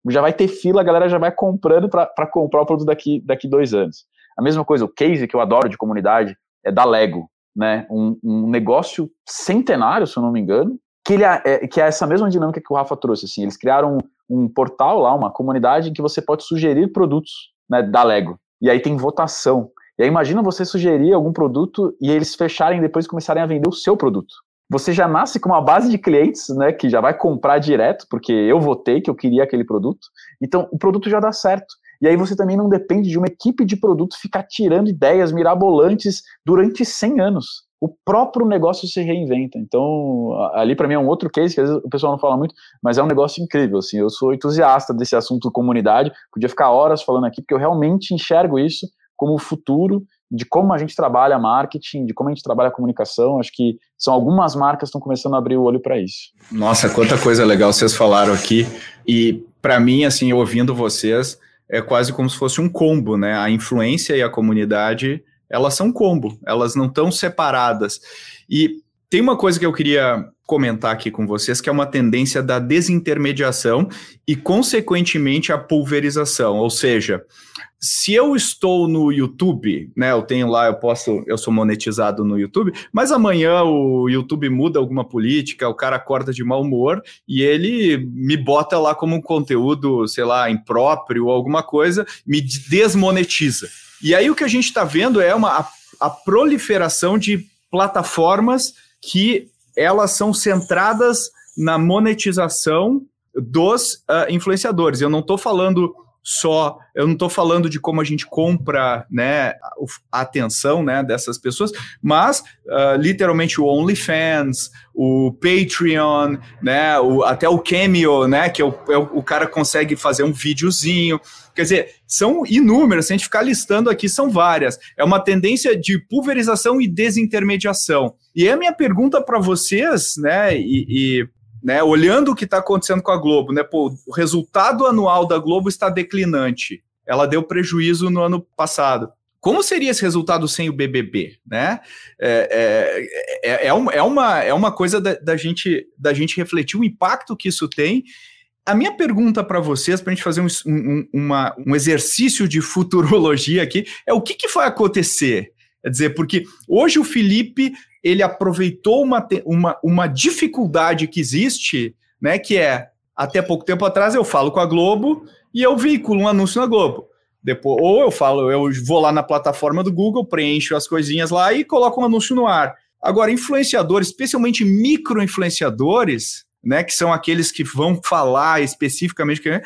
já vai ter fila, a galera já vai comprando para comprar o produto daqui, daqui dois anos. A mesma coisa, o case que eu adoro de comunidade é da Lego, né? Um, um negócio centenário, se eu não me engano, que, ele é, que é essa mesma dinâmica que o Rafa trouxe, assim, eles criaram um, um portal lá, uma comunidade em que você pode sugerir produtos, né, da Lego, e aí tem votação, e aí imagina você sugerir algum produto e eles fecharem depois e começarem a vender o seu produto. Você já nasce com uma base de clientes, né, que já vai comprar direto, porque eu votei que eu queria aquele produto, então o produto já dá certo. E aí você também não depende de uma equipe de produto ficar tirando ideias mirabolantes durante cem anos. O próprio negócio se reinventa. Então, ali para mim é um outro case que às vezes o pessoal não fala muito, mas é um negócio incrível, assim. Eu sou entusiasta desse assunto comunidade, podia ficar horas falando aqui, porque eu realmente enxergo isso como o futuro de como a gente trabalha marketing, de como a gente trabalha comunicação. Acho que são algumas marcas que estão começando a abrir o olho para isso.
Nossa, quanta coisa legal vocês falaram aqui. E para mim, assim, ouvindo vocês, é quase como se fosse um combo, né? A influência e a comunidade, elas são combo, elas não estão separadas. E tem uma coisa que eu queria comentar aqui com vocês, que é uma tendência da desintermediação e, consequentemente, a pulverização. Ou seja, se eu estou no YouTube, né, eu tenho lá, eu posso, eu sou monetizado no YouTube, mas amanhã o YouTube muda alguma política, o cara acorda de mau humor e ele me bota lá como um conteúdo, sei lá, impróprio ou alguma coisa, me desmonetiza. E aí o que a gente está vendo é uma, a, a proliferação de plataformas que elas são centradas na monetização dos uh, influenciadores. Eu não estou falando só, eu não estou falando de como a gente compra, né, a atenção, né, dessas pessoas, mas uh, literalmente o OnlyFans, o Patreon, né, o, até o Cameo, né, que é o, é o, o cara consegue fazer um videozinho. Quer dizer, são inúmeras, se a gente ficar listando aqui, são várias. É uma tendência de pulverização e desintermediação. E a minha pergunta para vocês, né, e, e né, olhando o que está acontecendo com a Globo, né, pô, o resultado anual da Globo está declinante. Ela deu prejuízo no ano passado. Como seria esse resultado sem o B B B? Né? É, é, é, é, uma, é, uma, é uma coisa da, da, gente, da gente refletir o impacto que isso tem. A minha pergunta para vocês, para a gente fazer um, um, uma, um exercício de futurologia aqui, é o que, que vai acontecer? Quer dizer, porque hoje o Felipe, ele aproveitou uma, uma, uma dificuldade que existe, né, que é, até pouco tempo atrás eu falo com a Globo e eu veiculo um anúncio na Globo. Depois, ou eu falo, eu vou lá na plataforma do Google, preencho as coisinhas lá e coloco um anúncio no ar. Agora, influenciadores, especialmente micro-influenciadores, né, que são aqueles que vão falar especificamente, que,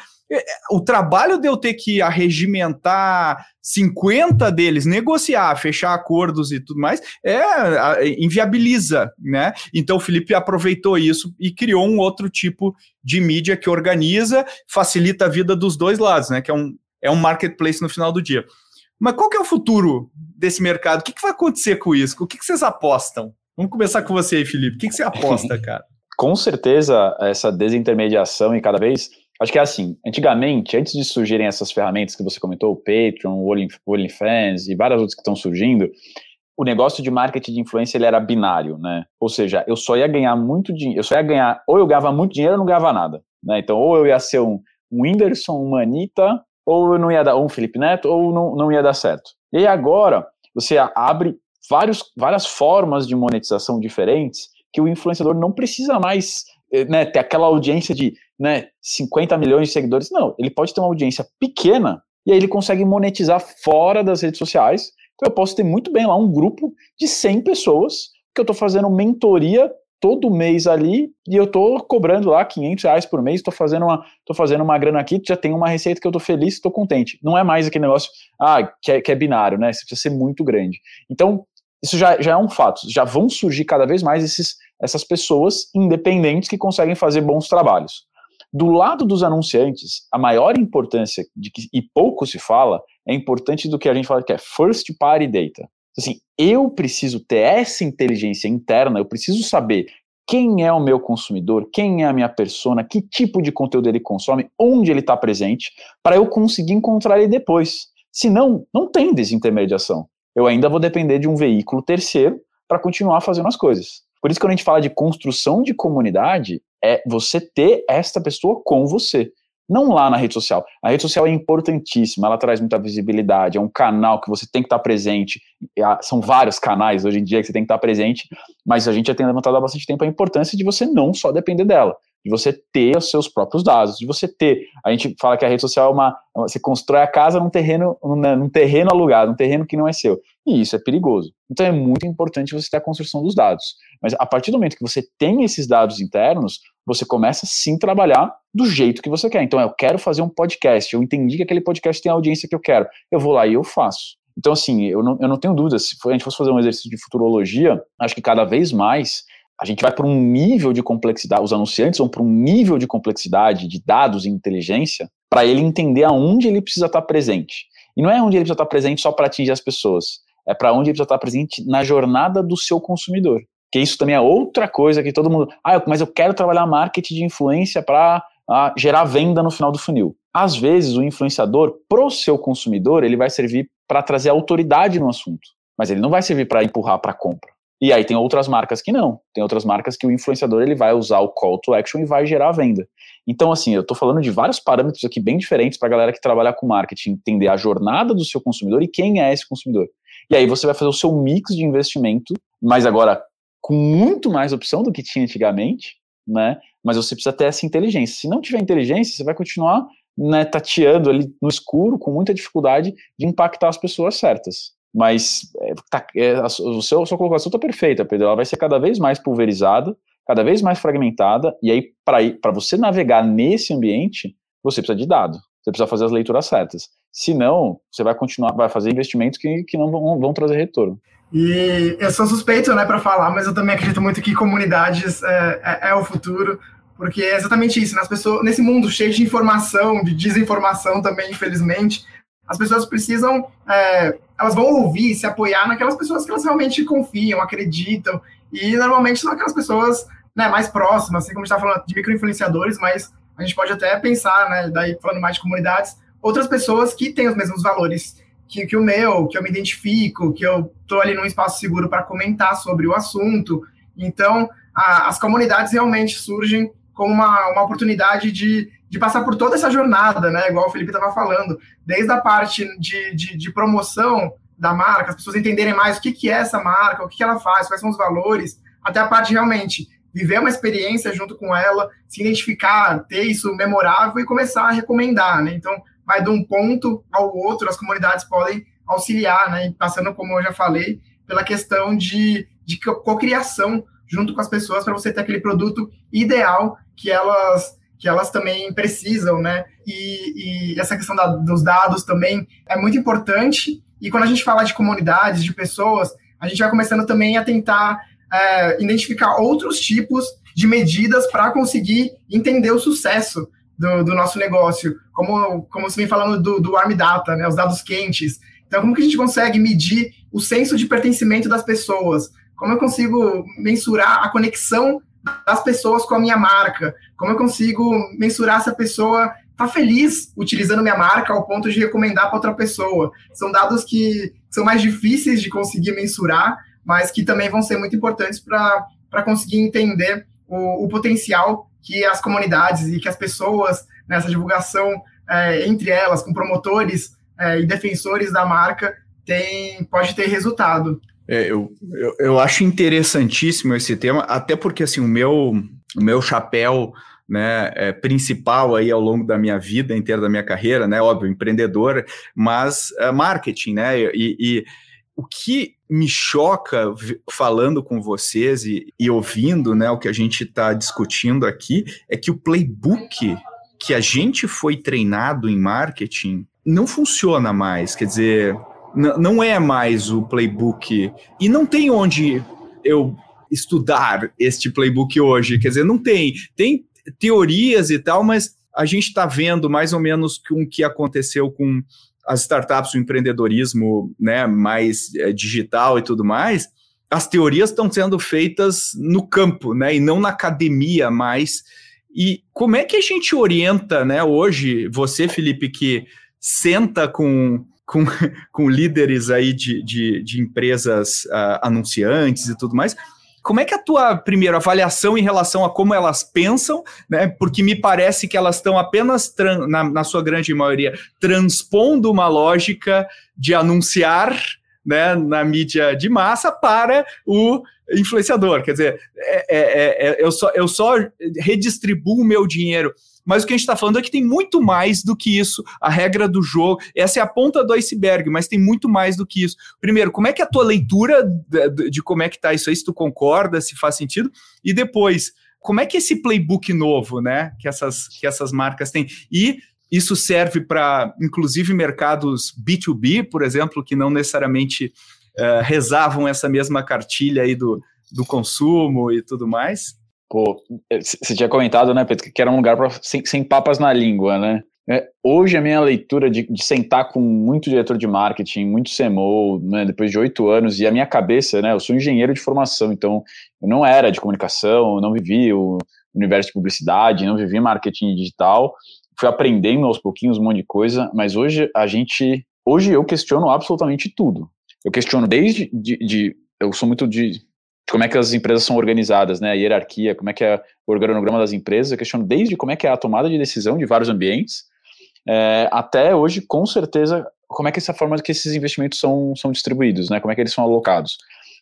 o trabalho de eu ter que arregimentar cinquenta deles, negociar, fechar acordos e tudo mais, é, inviabiliza, né? Então o Felipe aproveitou isso e criou um outro tipo de mídia que organiza, facilita a vida dos dois lados, né? Que é um, é um marketplace no final do dia. Mas qual que é o futuro desse mercado? O que, que vai acontecer com isso? O que, que vocês apostam? Vamos começar com você aí, Felipe. O que, que você aposta, cara?
Com certeza, essa desintermediação e cada vez... Acho que é assim, antigamente, antes de surgirem essas ferramentas que você comentou, o Patreon, o OnlyFans e várias outras que estão surgindo, o negócio de marketing de influência ele era binário, né? Ou seja, eu só ia ganhar muito dinheiro, eu só ia ganhar, ou eu ganhava muito dinheiro ou não ganhava nada, né? Então, ou eu ia ser um, um Whindersson, uma Anitta, ou eu não ia dar, ou um Felipe Neto, ou não, não ia dar certo. E aí agora, você abre vários, várias formas de monetização diferentes que o influenciador não precisa mais, né, ter aquela audiência de, né, cinquenta milhões de seguidores. Não, ele pode ter uma audiência pequena e aí ele consegue monetizar fora das redes sociais. Então eu posso ter muito bem lá um grupo de cem pessoas que eu estou fazendo mentoria todo mês ali e eu estou cobrando lá quinhentos reais por mês, estou fazendo, uma, tô fazendo uma grana aqui, já tem uma receita que eu estou feliz, estou contente. Não é mais aquele negócio ah, que, é, que é binário, né? Você precisa ser muito grande. Então isso já, já é um fato. Já vão surgir cada vez mais esses, essas pessoas independentes que conseguem fazer bons trabalhos. Do lado dos anunciantes, a maior importância, de que, e pouco se fala, é importante do que a gente fala que é first party data. Assim, eu preciso ter essa inteligência interna, eu preciso saber quem é o meu consumidor, quem é a minha persona, que tipo de conteúdo ele consome, onde ele está presente, para eu conseguir encontrar ele depois. Senão, não tem desintermediação. Eu ainda vou depender de um veículo terceiro para continuar fazendo as coisas. Por isso que quando a gente fala de construção de comunidade, é você ter esta pessoa com você. não lá na rede social. A rede social é importantíssima, ela traz muita visibilidade, é um canal que você tem que estar presente, são vários canais hoje em dia que você tem que estar presente, mas a gente já tem levantado há bastante tempo a importância de você não só depender dela, de você ter os seus próprios dados, de você ter, a gente fala que a rede social é uma, você constrói a casa num terreno, num terreno alugado, num terreno que não é seu, e isso é perigoso. Então é muito importante você ter a construção dos dados, mas a partir do momento que você tem esses dados internos, você começa sim a trabalhar do jeito que você quer. Então eu quero fazer um podcast, eu entendi que aquele podcast tem a audiência que eu quero, eu vou lá e eu faço. Então assim, eu não, eu não tenho dúvida, se a gente fosse fazer um exercício de futurologia, acho que cada vez mais a gente vai para um nível de complexidade, os anunciantes vão para um nível de complexidade de dados e inteligência para ele entender aonde ele precisa estar presente. E não é onde ele precisa estar presente só para atingir as pessoas, é para onde ele precisa estar presente na jornada do seu consumidor. Que isso também é outra coisa que todo mundo... Ah, mas eu quero trabalhar marketing de influência para ah, gerar venda no final do funil. Às vezes o influenciador, pro seu consumidor, ele vai servir para trazer autoridade no assunto, mas ele não vai servir para empurrar para compra. E aí tem outras marcas que não. Tem outras marcas que o influenciador ele vai usar o call to action e vai gerar a venda. Então, assim, eu estou falando de vários parâmetros aqui bem diferentes para a galera que trabalha com marketing entender a jornada do seu consumidor e quem é esse consumidor. E aí você vai fazer o seu mix de investimento, mas agora com muito mais opção do que tinha antigamente, né? Mas você precisa ter essa inteligência. Se não tiver inteligência, você vai continuar, né, tateando ali no escuro com muita dificuldade de impactar as pessoas certas. Mas é, tá, é, a, o seu, a sua colocação está perfeita, Pedro. Ela vai ser cada vez mais pulverizada, cada vez mais fragmentada, e aí para você navegar nesse ambiente, você precisa de dado, você precisa fazer as leituras certas. Senão, você vai continuar, vai fazer investimentos que, que não vão, vão trazer retorno.
E eu sou suspeito, né, para falar, mas eu também acredito muito que comunidades é, é, é o futuro, porque é exatamente isso, né, as pessoas, nesse mundo cheio de informação, de desinformação também, infelizmente, as pessoas precisam, é, elas vão ouvir, se apoiar naquelas pessoas que elas realmente confiam, acreditam, e normalmente são aquelas pessoas, né, mais próximas, assim como a gente está falando de micro-influenciadores, mas a gente pode até pensar, né, daí falando mais de comunidades, outras pessoas que têm os mesmos valores que, que o meu, que eu me identifico, que eu estou ali num espaço seguro para comentar sobre o assunto. Então, a, as comunidades realmente surgem como uma, uma oportunidade de, de passar por toda essa jornada, né? Igual o Felipe estava falando, desde a parte de, de, de promoção da marca, as pessoas entenderem mais o que, que é essa marca, o que, que ela faz, quais são os valores, até a parte de realmente viver uma experiência junto com ela, se identificar, ter isso memorável e começar a recomendar, né? Então, vai de um ponto ao outro, as comunidades podem auxiliar, né? E passando, como eu já falei, pela questão de, de cocriação junto com as pessoas para você ter aquele produto ideal que elas, que elas também precisam, né? E, e essa questão da, dos dados também é muito importante. E quando a gente fala de comunidades, de pessoas, a gente vai começando também a tentar é, identificar outros tipos de medidas para conseguir entender o sucesso do, do nosso negócio, como, como você vem falando do, do Warm Data, né, os dados quentes. Então, como que a gente consegue medir o senso de pertencimento das pessoas? Como eu consigo mensurar a conexão das pessoas com a minha marca? Como eu consigo mensurar se a pessoa está feliz utilizando minha marca ao ponto de recomendar para outra pessoa? São dados que são mais difíceis de conseguir mensurar, mas que também vão ser muito importantes para conseguir entender o, o potencial que as comunidades e que as pessoas, nessa divulgação é, entre elas, com promotores é, e defensores da marca, tem, pode ter resultado.
É, eu, eu, eu acho interessantíssimo esse tema, até porque assim, o, meu, o meu chapéu, né, é, principal aí ao longo da minha vida inteira, da minha carreira, né, óbvio, empreendedor, mas é, marketing, né, e, e o que me choca falando com vocês e, e ouvindo, né, o que a gente está discutindo aqui, é que o playbook que a gente foi treinado em marketing não funciona mais, quer dizer, n- não é mais o playbook, e não tem onde eu estudar este playbook hoje, quer dizer, não tem, tem teorias e tal, mas a gente está vendo mais ou menos com o que aconteceu com as startups, o empreendedorismo, né, mais é, digital e tudo mais, as teorias estão sendo feitas no campo, né, e não na academia mais. E como é que a gente orienta, né, hoje, você, Felipe, que senta com, com, com líderes aí de, de, de empresas uh, anunciantes e tudo mais, como é que a tua, primeiro, avaliação em relação a como elas pensam, né? Porque me parece que elas estão apenas, tran- na, na sua grande maioria, transpondo uma lógica de anunciar, né, na mídia de massa para o influenciador. Quer dizer, é, é, é, eu, só, eu só redistribuo o meu dinheiro. Mas o que a gente está falando é que tem muito mais do que isso, a regra do jogo, essa é a ponta do iceberg, mas tem muito mais do que isso. Primeiro, como é que é a tua leitura de, de como é que está isso aí, se tu concorda, se faz sentido, e depois, como é que esse playbook novo, né, que essas, que essas marcas têm, e isso serve para, inclusive, mercados B dois B, por exemplo, que não necessariamente uh, rezavam essa mesma cartilha aí do, do consumo e tudo mais?
Pô, você tinha comentado, né, Pedro, que era um lugar pra, sem, sem papas na língua, né? É, hoje a minha leitura de, de sentar com muito diretor de marketing, muito C M O, né, depois de oito anos, e a minha cabeça, né, eu sou engenheiro de formação, então eu não era de comunicação, eu não vivi o universo de publicidade, não vivi marketing digital, fui aprendendo aos pouquinhos um monte de coisa, mas hoje a gente, hoje eu questiono absolutamente tudo. Eu questiono desde, de, de, eu sou muito de como é que as empresas são organizadas, né, a hierarquia, como é que é o organograma das empresas, eu questiono desde como é que é a tomada de decisão de vários ambientes, é, até hoje, com certeza, como é que essa forma que esses investimentos são, são distribuídos, né, como é que eles são alocados.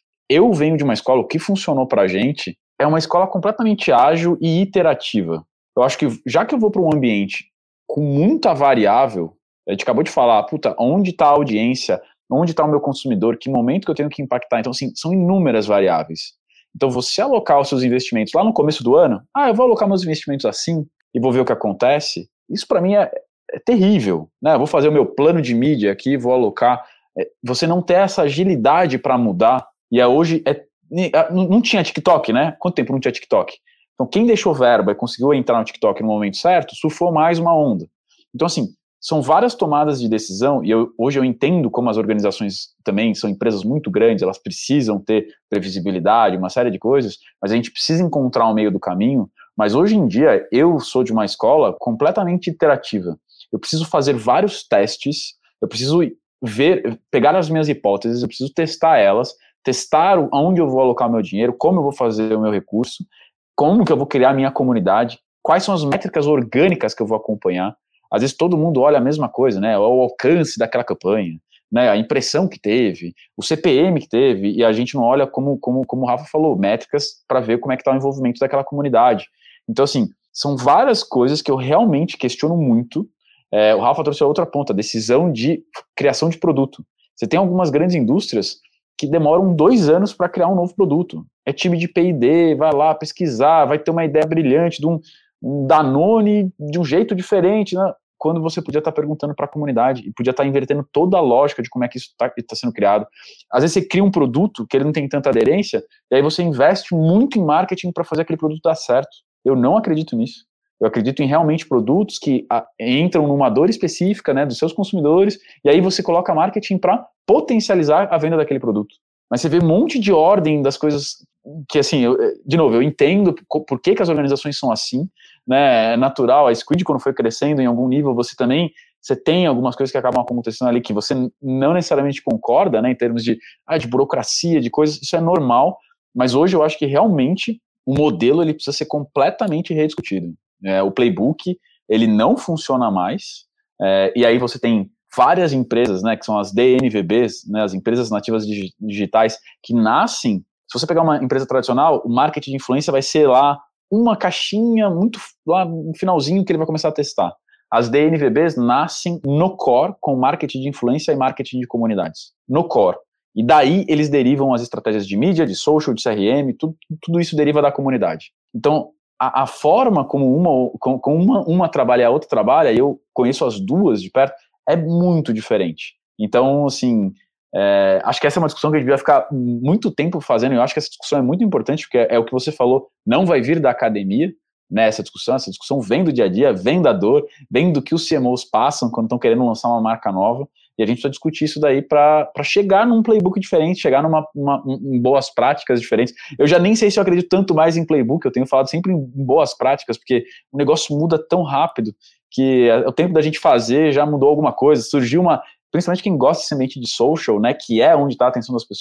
Eu venho de uma escola, o que funcionou pra gente é uma escola completamente ágil e iterativa. Eu acho que, já que eu vou para um ambiente com muita variável, a gente acabou de falar, puta, onde está a audiência, onde está o meu consumidor, que momento que eu tenho que impactar. Então, assim, são inúmeras variáveis. Então, você alocar os seus investimentos lá no começo do ano, ah, eu vou alocar meus investimentos assim e vou ver o que acontece, isso para mim é, é terrível, né? Eu vou fazer o meu plano de mídia aqui, vou alocar. É, você não ter essa agilidade para mudar, e é, hoje, é, não tinha TikTok, né? Quanto tempo não tinha TikTok? Então, quem deixou verba e conseguiu entrar no TikTok no momento certo, surfou mais uma onda. Então, assim, são várias tomadas de decisão, e eu, hoje eu entendo como as organizações também são empresas muito grandes, elas precisam ter previsibilidade, uma série de coisas, mas a gente precisa encontrar o meio do caminho. Mas hoje em dia, eu sou de uma escola completamente iterativa. Eu preciso fazer vários testes, eu preciso ver, pegar as minhas hipóteses, eu preciso testar elas, testar onde eu vou alocar o meu dinheiro, como eu vou fazer o meu recurso, como que eu vou criar a minha comunidade, quais são as métricas orgânicas que eu vou acompanhar. Às vezes todo mundo olha a mesma coisa, né? O alcance daquela campanha, né? A impressão que teve, o C P M que teve, e a gente não olha, como, como, como o Rafa falou, métricas para ver como é que está o envolvimento daquela comunidade. Então, assim, são várias coisas que eu realmente questiono muito. É, o Rafa trouxe a outra ponta, a decisão de criação de produto. Você tem algumas grandes indústrias que demoram dois anos para criar um novo produto. É time de P e D, vai lá pesquisar, vai ter uma ideia brilhante de um um Danone de um jeito diferente, né? Quando você podia estar perguntando para a comunidade e podia estar invertendo toda a lógica de como é que isso está tá sendo criado. Às vezes você cria um produto que ele não tem tanta aderência e aí você investe muito em marketing para fazer aquele produto dar certo. Eu não acredito nisso. Eu acredito em realmente produtos que a, entram numa dor específica, né, dos seus consumidores, e aí você coloca marketing para potencializar a venda daquele produto. Mas você vê um monte de ordem das coisas que, assim, eu, de novo, eu entendo por que, que as organizações são assim, né, é natural, a Squid, quando foi crescendo em algum nível, você também, você tem algumas coisas que acabam acontecendo ali que você não necessariamente concorda, né, em termos de, ah, de burocracia, de coisas, isso é normal, mas hoje eu acho que realmente o modelo, ele precisa ser completamente rediscutido. É, o playbook, ele não funciona mais, é, e aí você tem várias empresas, né, que são as D N V Bs, né, as empresas nativas digitais, que nascem. Se você pegar uma empresa tradicional, o marketing de influência vai ser lá uma caixinha muito lá no finalzinho que ele vai começar a testar. As D N V Bs nascem no core com marketing de influência e marketing de comunidades. No core. E daí eles derivam as estratégias de mídia, de social, de C R M, tudo, tudo isso deriva da comunidade. Então, a, a forma como uma, como, como uma, uma trabalha e a outra trabalha, e eu conheço as duas de perto, é muito diferente. Então, assim, é, acho que essa é uma discussão que a gente devia ficar muito tempo fazendo, e eu acho que essa discussão é muito importante, porque é, é o que você falou, não vai vir da academia, né, essa discussão, essa discussão vem do dia a dia, vem da dor, vem do que os C M Os passam quando estão querendo lançar uma marca nova, e a gente precisa discutir isso daí para chegar num playbook diferente, chegar numa uma, em boas práticas diferentes. Eu já nem sei se eu acredito tanto mais em playbook, eu tenho falado sempre em boas práticas, porque o negócio muda tão rápido, que o tempo da gente fazer já mudou alguma coisa, surgiu uma, principalmente quem gosta de semente de social, né, que é onde está a atenção das pessoas,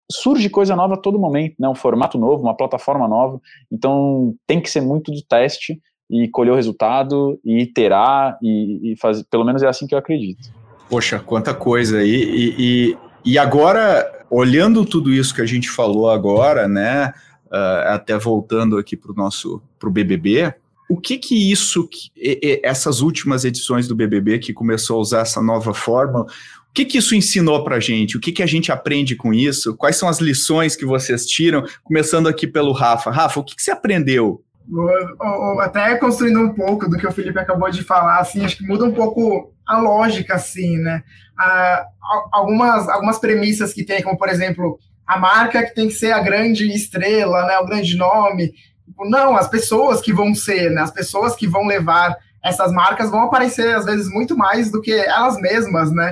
surge coisa nova a todo momento, né? Um formato novo, uma plataforma nova, então tem que ser muito do teste e colher o resultado e iterar e, e fazer, pelo menos é assim que eu acredito.
Poxa, quanta coisa aí, e, e, e agora, olhando tudo isso que a gente falou agora, né, uh, até voltando aqui para o nosso, pro B B B, o que que isso, que, essas últimas edições do B B B que começou a usar essa nova fórmula, o que que isso ensinou pra gente? O que que a gente aprende com isso? Quais são as lições que vocês tiram? Começando aqui pelo Rafa. Rafa, o que que você aprendeu?
Até construindo um pouco do que o Felipe acabou de falar, assim, acho que muda um pouco a lógica, assim, né? Ah, algumas, algumas premissas que tem, como, por exemplo, a marca que tem que ser a grande estrela, né? O grande nome. Não, as pessoas que vão ser, né? As pessoas que vão levar essas marcas vão aparecer, às vezes, muito mais do que elas mesmas, né?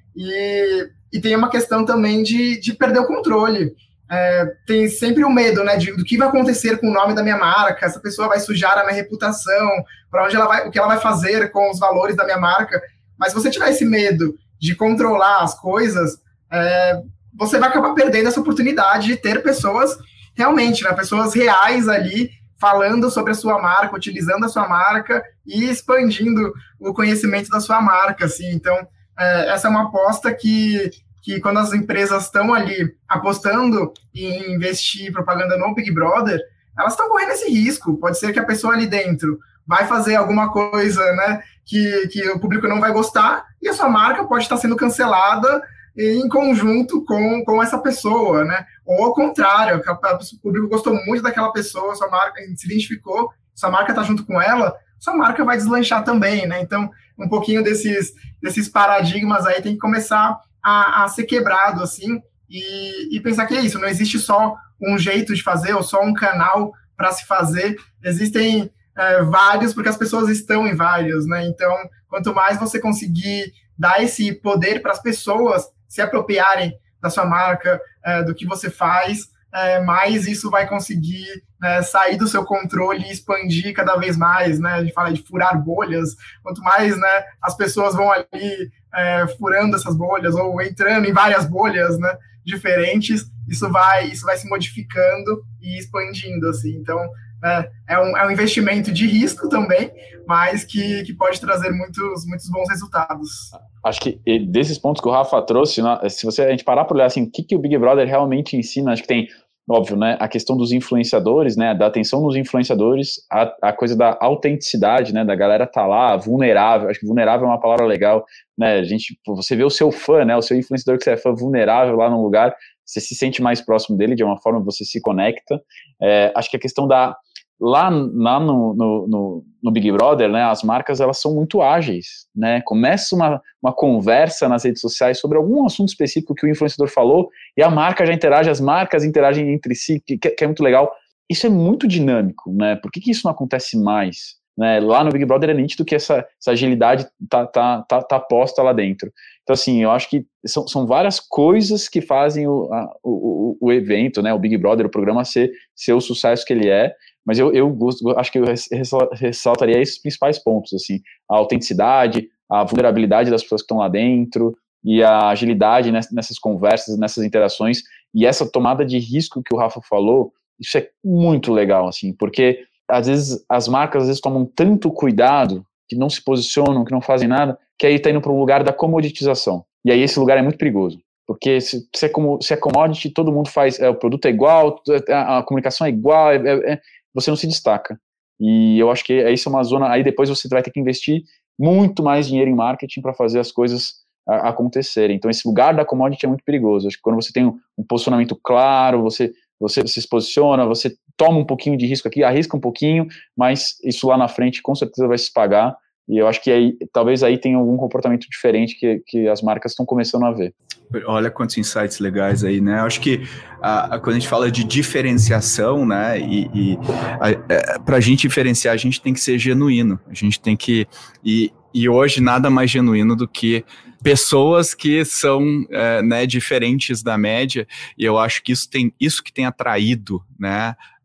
E, e tem uma questão também de, de perder o controle. É, tem sempre o medo, né, de, do que vai acontecer com o nome da minha marca, essa pessoa vai sujar a minha reputação, para onde ela vai, o que ela vai fazer com os valores da minha marca. Mas se você tiver esse medo de controlar as coisas, é, você vai acabar perdendo essa oportunidade de ter pessoas realmente, né, pessoas reais ali, falando sobre a sua marca, utilizando a sua marca e expandindo o conhecimento da sua marca, assim. Então, é, essa é uma aposta que... que quando as empresas estão ali apostando em investir propaganda no Big Brother, elas estão correndo esse risco. Pode ser que a pessoa ali dentro vai fazer alguma coisa, né, que, que o público não vai gostar, e a sua marca pode estar sendo cancelada em conjunto com, com essa pessoa, né? Ou ao contrário, o público gostou muito daquela pessoa, sua marca se identificou, sua marca está junto com ela, sua marca vai deslanchar também, né? Então, um pouquinho desses, desses paradigmas aí tem que começar A, a ser quebrado, assim, e, e pensar que é isso, não existe só um jeito de fazer, ou só um canal para se fazer, existem é, vários, porque as pessoas estão em vários, né, então, quanto mais você conseguir dar esse poder para as pessoas se apropriarem da sua marca, é, do que você faz, é, mais isso vai conseguir, né, sair do seu controle e expandir cada vez mais, né, a gente fala de furar bolhas, quanto mais, né, as pessoas vão ali É, furando essas bolhas ou entrando em várias bolhas, né, diferentes, isso vai, isso vai se modificando e expandindo, assim. Então, é, é, um, é um investimento de risco também, mas que, que pode trazer muitos, muitos bons resultados.
Acho que desses pontos que o Rafa trouxe, se você, a gente parar para olhar assim, o que, que o Big Brother realmente ensina, acho que tem, óbvio, né, a questão dos influenciadores, né, da atenção dos influenciadores, a, a coisa da autenticidade, né, da galera tá lá, vulnerável, acho que vulnerável é uma palavra legal, né, a gente, você vê o seu fã, né, o seu influenciador que você é fã vulnerável lá num lugar, você se sente mais próximo dele, de uma forma você se conecta, é, acho que a questão da, lá, lá no, no, no, no Big Brother, né, as marcas, elas são muito ágeis, né, começa uma, uma conversa nas redes sociais sobre algum assunto específico que o influenciador falou, e a marca já interage, as marcas interagem entre si, que, que é muito legal. Isso é muito dinâmico, né, por que que isso não acontece mais? Né, lá no Big Brother é nítido que essa, essa agilidade tá, tá, tá, tá posta lá dentro. Então, assim, eu acho que são, são várias coisas que fazem o, a, o, o evento, né, o Big Brother, o programa ser, ser o sucesso que ele é, mas eu, eu gosto, acho que eu ressaltaria esses principais pontos, assim, a autenticidade, a vulnerabilidade das pessoas que estão lá dentro, e a agilidade nessas conversas, nessas interações, e essa tomada de risco que o Rafa falou, isso é muito legal, assim, porque às vezes as marcas às vezes tomam tanto cuidado, que não se posicionam, que não fazem nada, que aí está indo para um lugar da comoditização, e aí esse lugar é muito perigoso. Porque se, se, é, como, se é commodity, todo mundo faz, é, o produto é igual, a, a comunicação é igual, é, é, você não se destaca. E eu acho que isso é uma zona, aí depois você vai ter que investir muito mais dinheiro em marketing para fazer as coisas a, acontecerem. Então esse lugar da commodity é muito perigoso. Acho que quando você tem um, um posicionamento claro, você, você, você se posiciona, você toma um pouquinho de risco aqui, arrisca um pouquinho, mas isso lá na frente com certeza vai se pagar. E eu acho que aí, talvez aí tenha algum comportamento diferente que, que as marcas estão começando a ver.
Olha quantos insights legais aí, né? Eu acho que a, a, quando a gente fala de diferenciação, né, e, e para a gente diferenciar, a gente tem que ser genuíno, a gente tem que, e, e hoje nada mais genuíno do que pessoas que são é, né, diferentes da média, e eu acho que isso, tem, isso que tem atraído, né,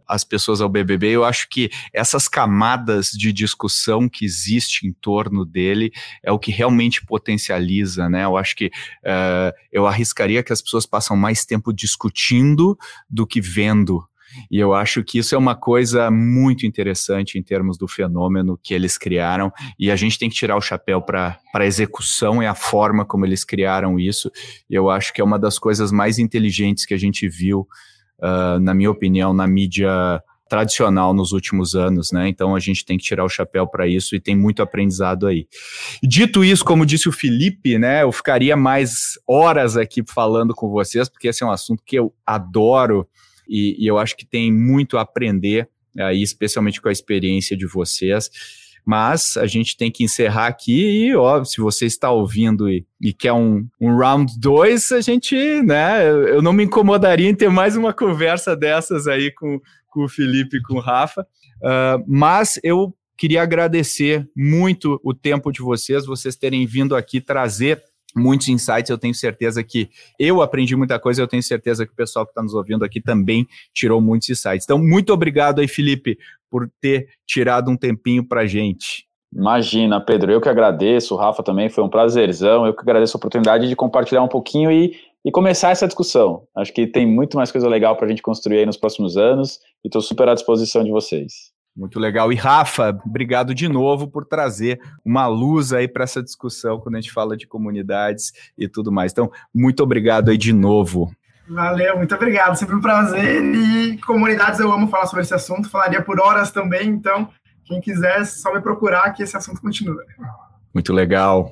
as pessoas ao B B B. Eu acho que essas camadas de discussão que existe em torno dele é o que realmente potencializa, né? Eu acho que uh, eu arriscaria que as pessoas passam mais tempo discutindo do que vendo. E eu acho que isso é uma coisa muito interessante em termos do fenômeno que eles criaram, e a gente tem que tirar o chapéu para a execução e a forma como eles criaram isso. E eu acho que é uma das coisas mais inteligentes que a gente viu, uh, na minha opinião, na mídia tradicional nos últimos anos, né? Então a gente tem que tirar o chapéu para isso e tem muito aprendizado aí. Dito isso, como disse o Felipe, né, eu ficaria mais horas aqui falando com vocês, porque esse é um assunto que eu adoro. E, e eu acho que tem muito a aprender, aí, especialmente com a experiência de vocês. Mas a gente tem que encerrar aqui e, ó, se você está ouvindo e, e quer um, um round dois, a gente, né, eu não me incomodaria em ter mais uma conversa dessas aí com, com o Felipe e com o Rafa. Uh, mas eu queria agradecer muito o tempo de vocês, vocês terem vindo aqui trazer muitos insights. Eu tenho certeza que eu aprendi muita coisa, eu tenho certeza que o pessoal que está nos ouvindo aqui também tirou muitos insights. Então, muito obrigado aí, Felipe, por ter tirado um tempinho para a gente.
Imagina, Pedro, eu que agradeço, o Rafa também, foi um prazerzão, eu que agradeço a oportunidade de compartilhar um pouquinho e, e começar essa discussão. Acho que tem muito mais coisa legal para a gente construir aí nos próximos anos e estou super à disposição de vocês.
Muito legal. E Rafa, obrigado de novo por trazer uma luz aí para essa discussão quando a gente fala de comunidades e tudo mais. Então, muito obrigado aí de novo.
Valeu, muito obrigado. Sempre um prazer. E comunidades, eu amo falar sobre esse assunto. Falaria por horas também. Então, quem quiser, só me procurar que esse assunto continua.
Muito legal.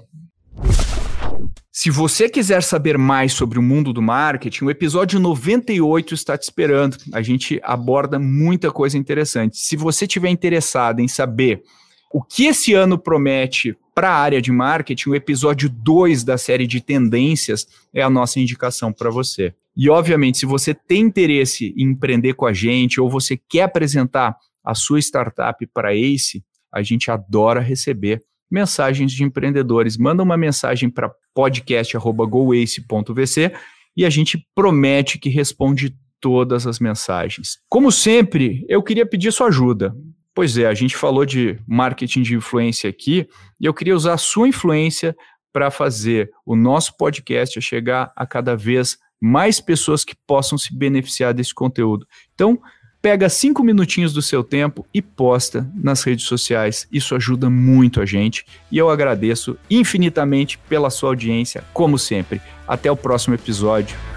Se você quiser saber mais sobre o mundo do marketing, o episódio noventa e oito está te esperando. A gente aborda muita coisa interessante. Se você estiver interessado em saber o que esse ano promete para a área de marketing, o episódio dois da série de tendências é a nossa indicação para você. E, obviamente, se você tem interesse em empreender com a gente ou você quer apresentar a sua startup para a Ace, a gente adora receber mensagens de empreendedores. Manda uma mensagem para podcast arroba goace ponto v c e a gente promete que responde todas as mensagens. Como sempre, eu queria pedir sua ajuda. Pois é, a gente falou de marketing de influência aqui e eu queria usar a sua influência para fazer o nosso podcast chegar a cada vez mais pessoas que possam se beneficiar desse conteúdo. Então, pega cinco minutinhos do seu tempo e posta nas redes sociais. Isso ajuda muito a gente e eu agradeço infinitamente pela sua audiência, como sempre. Até o próximo episódio.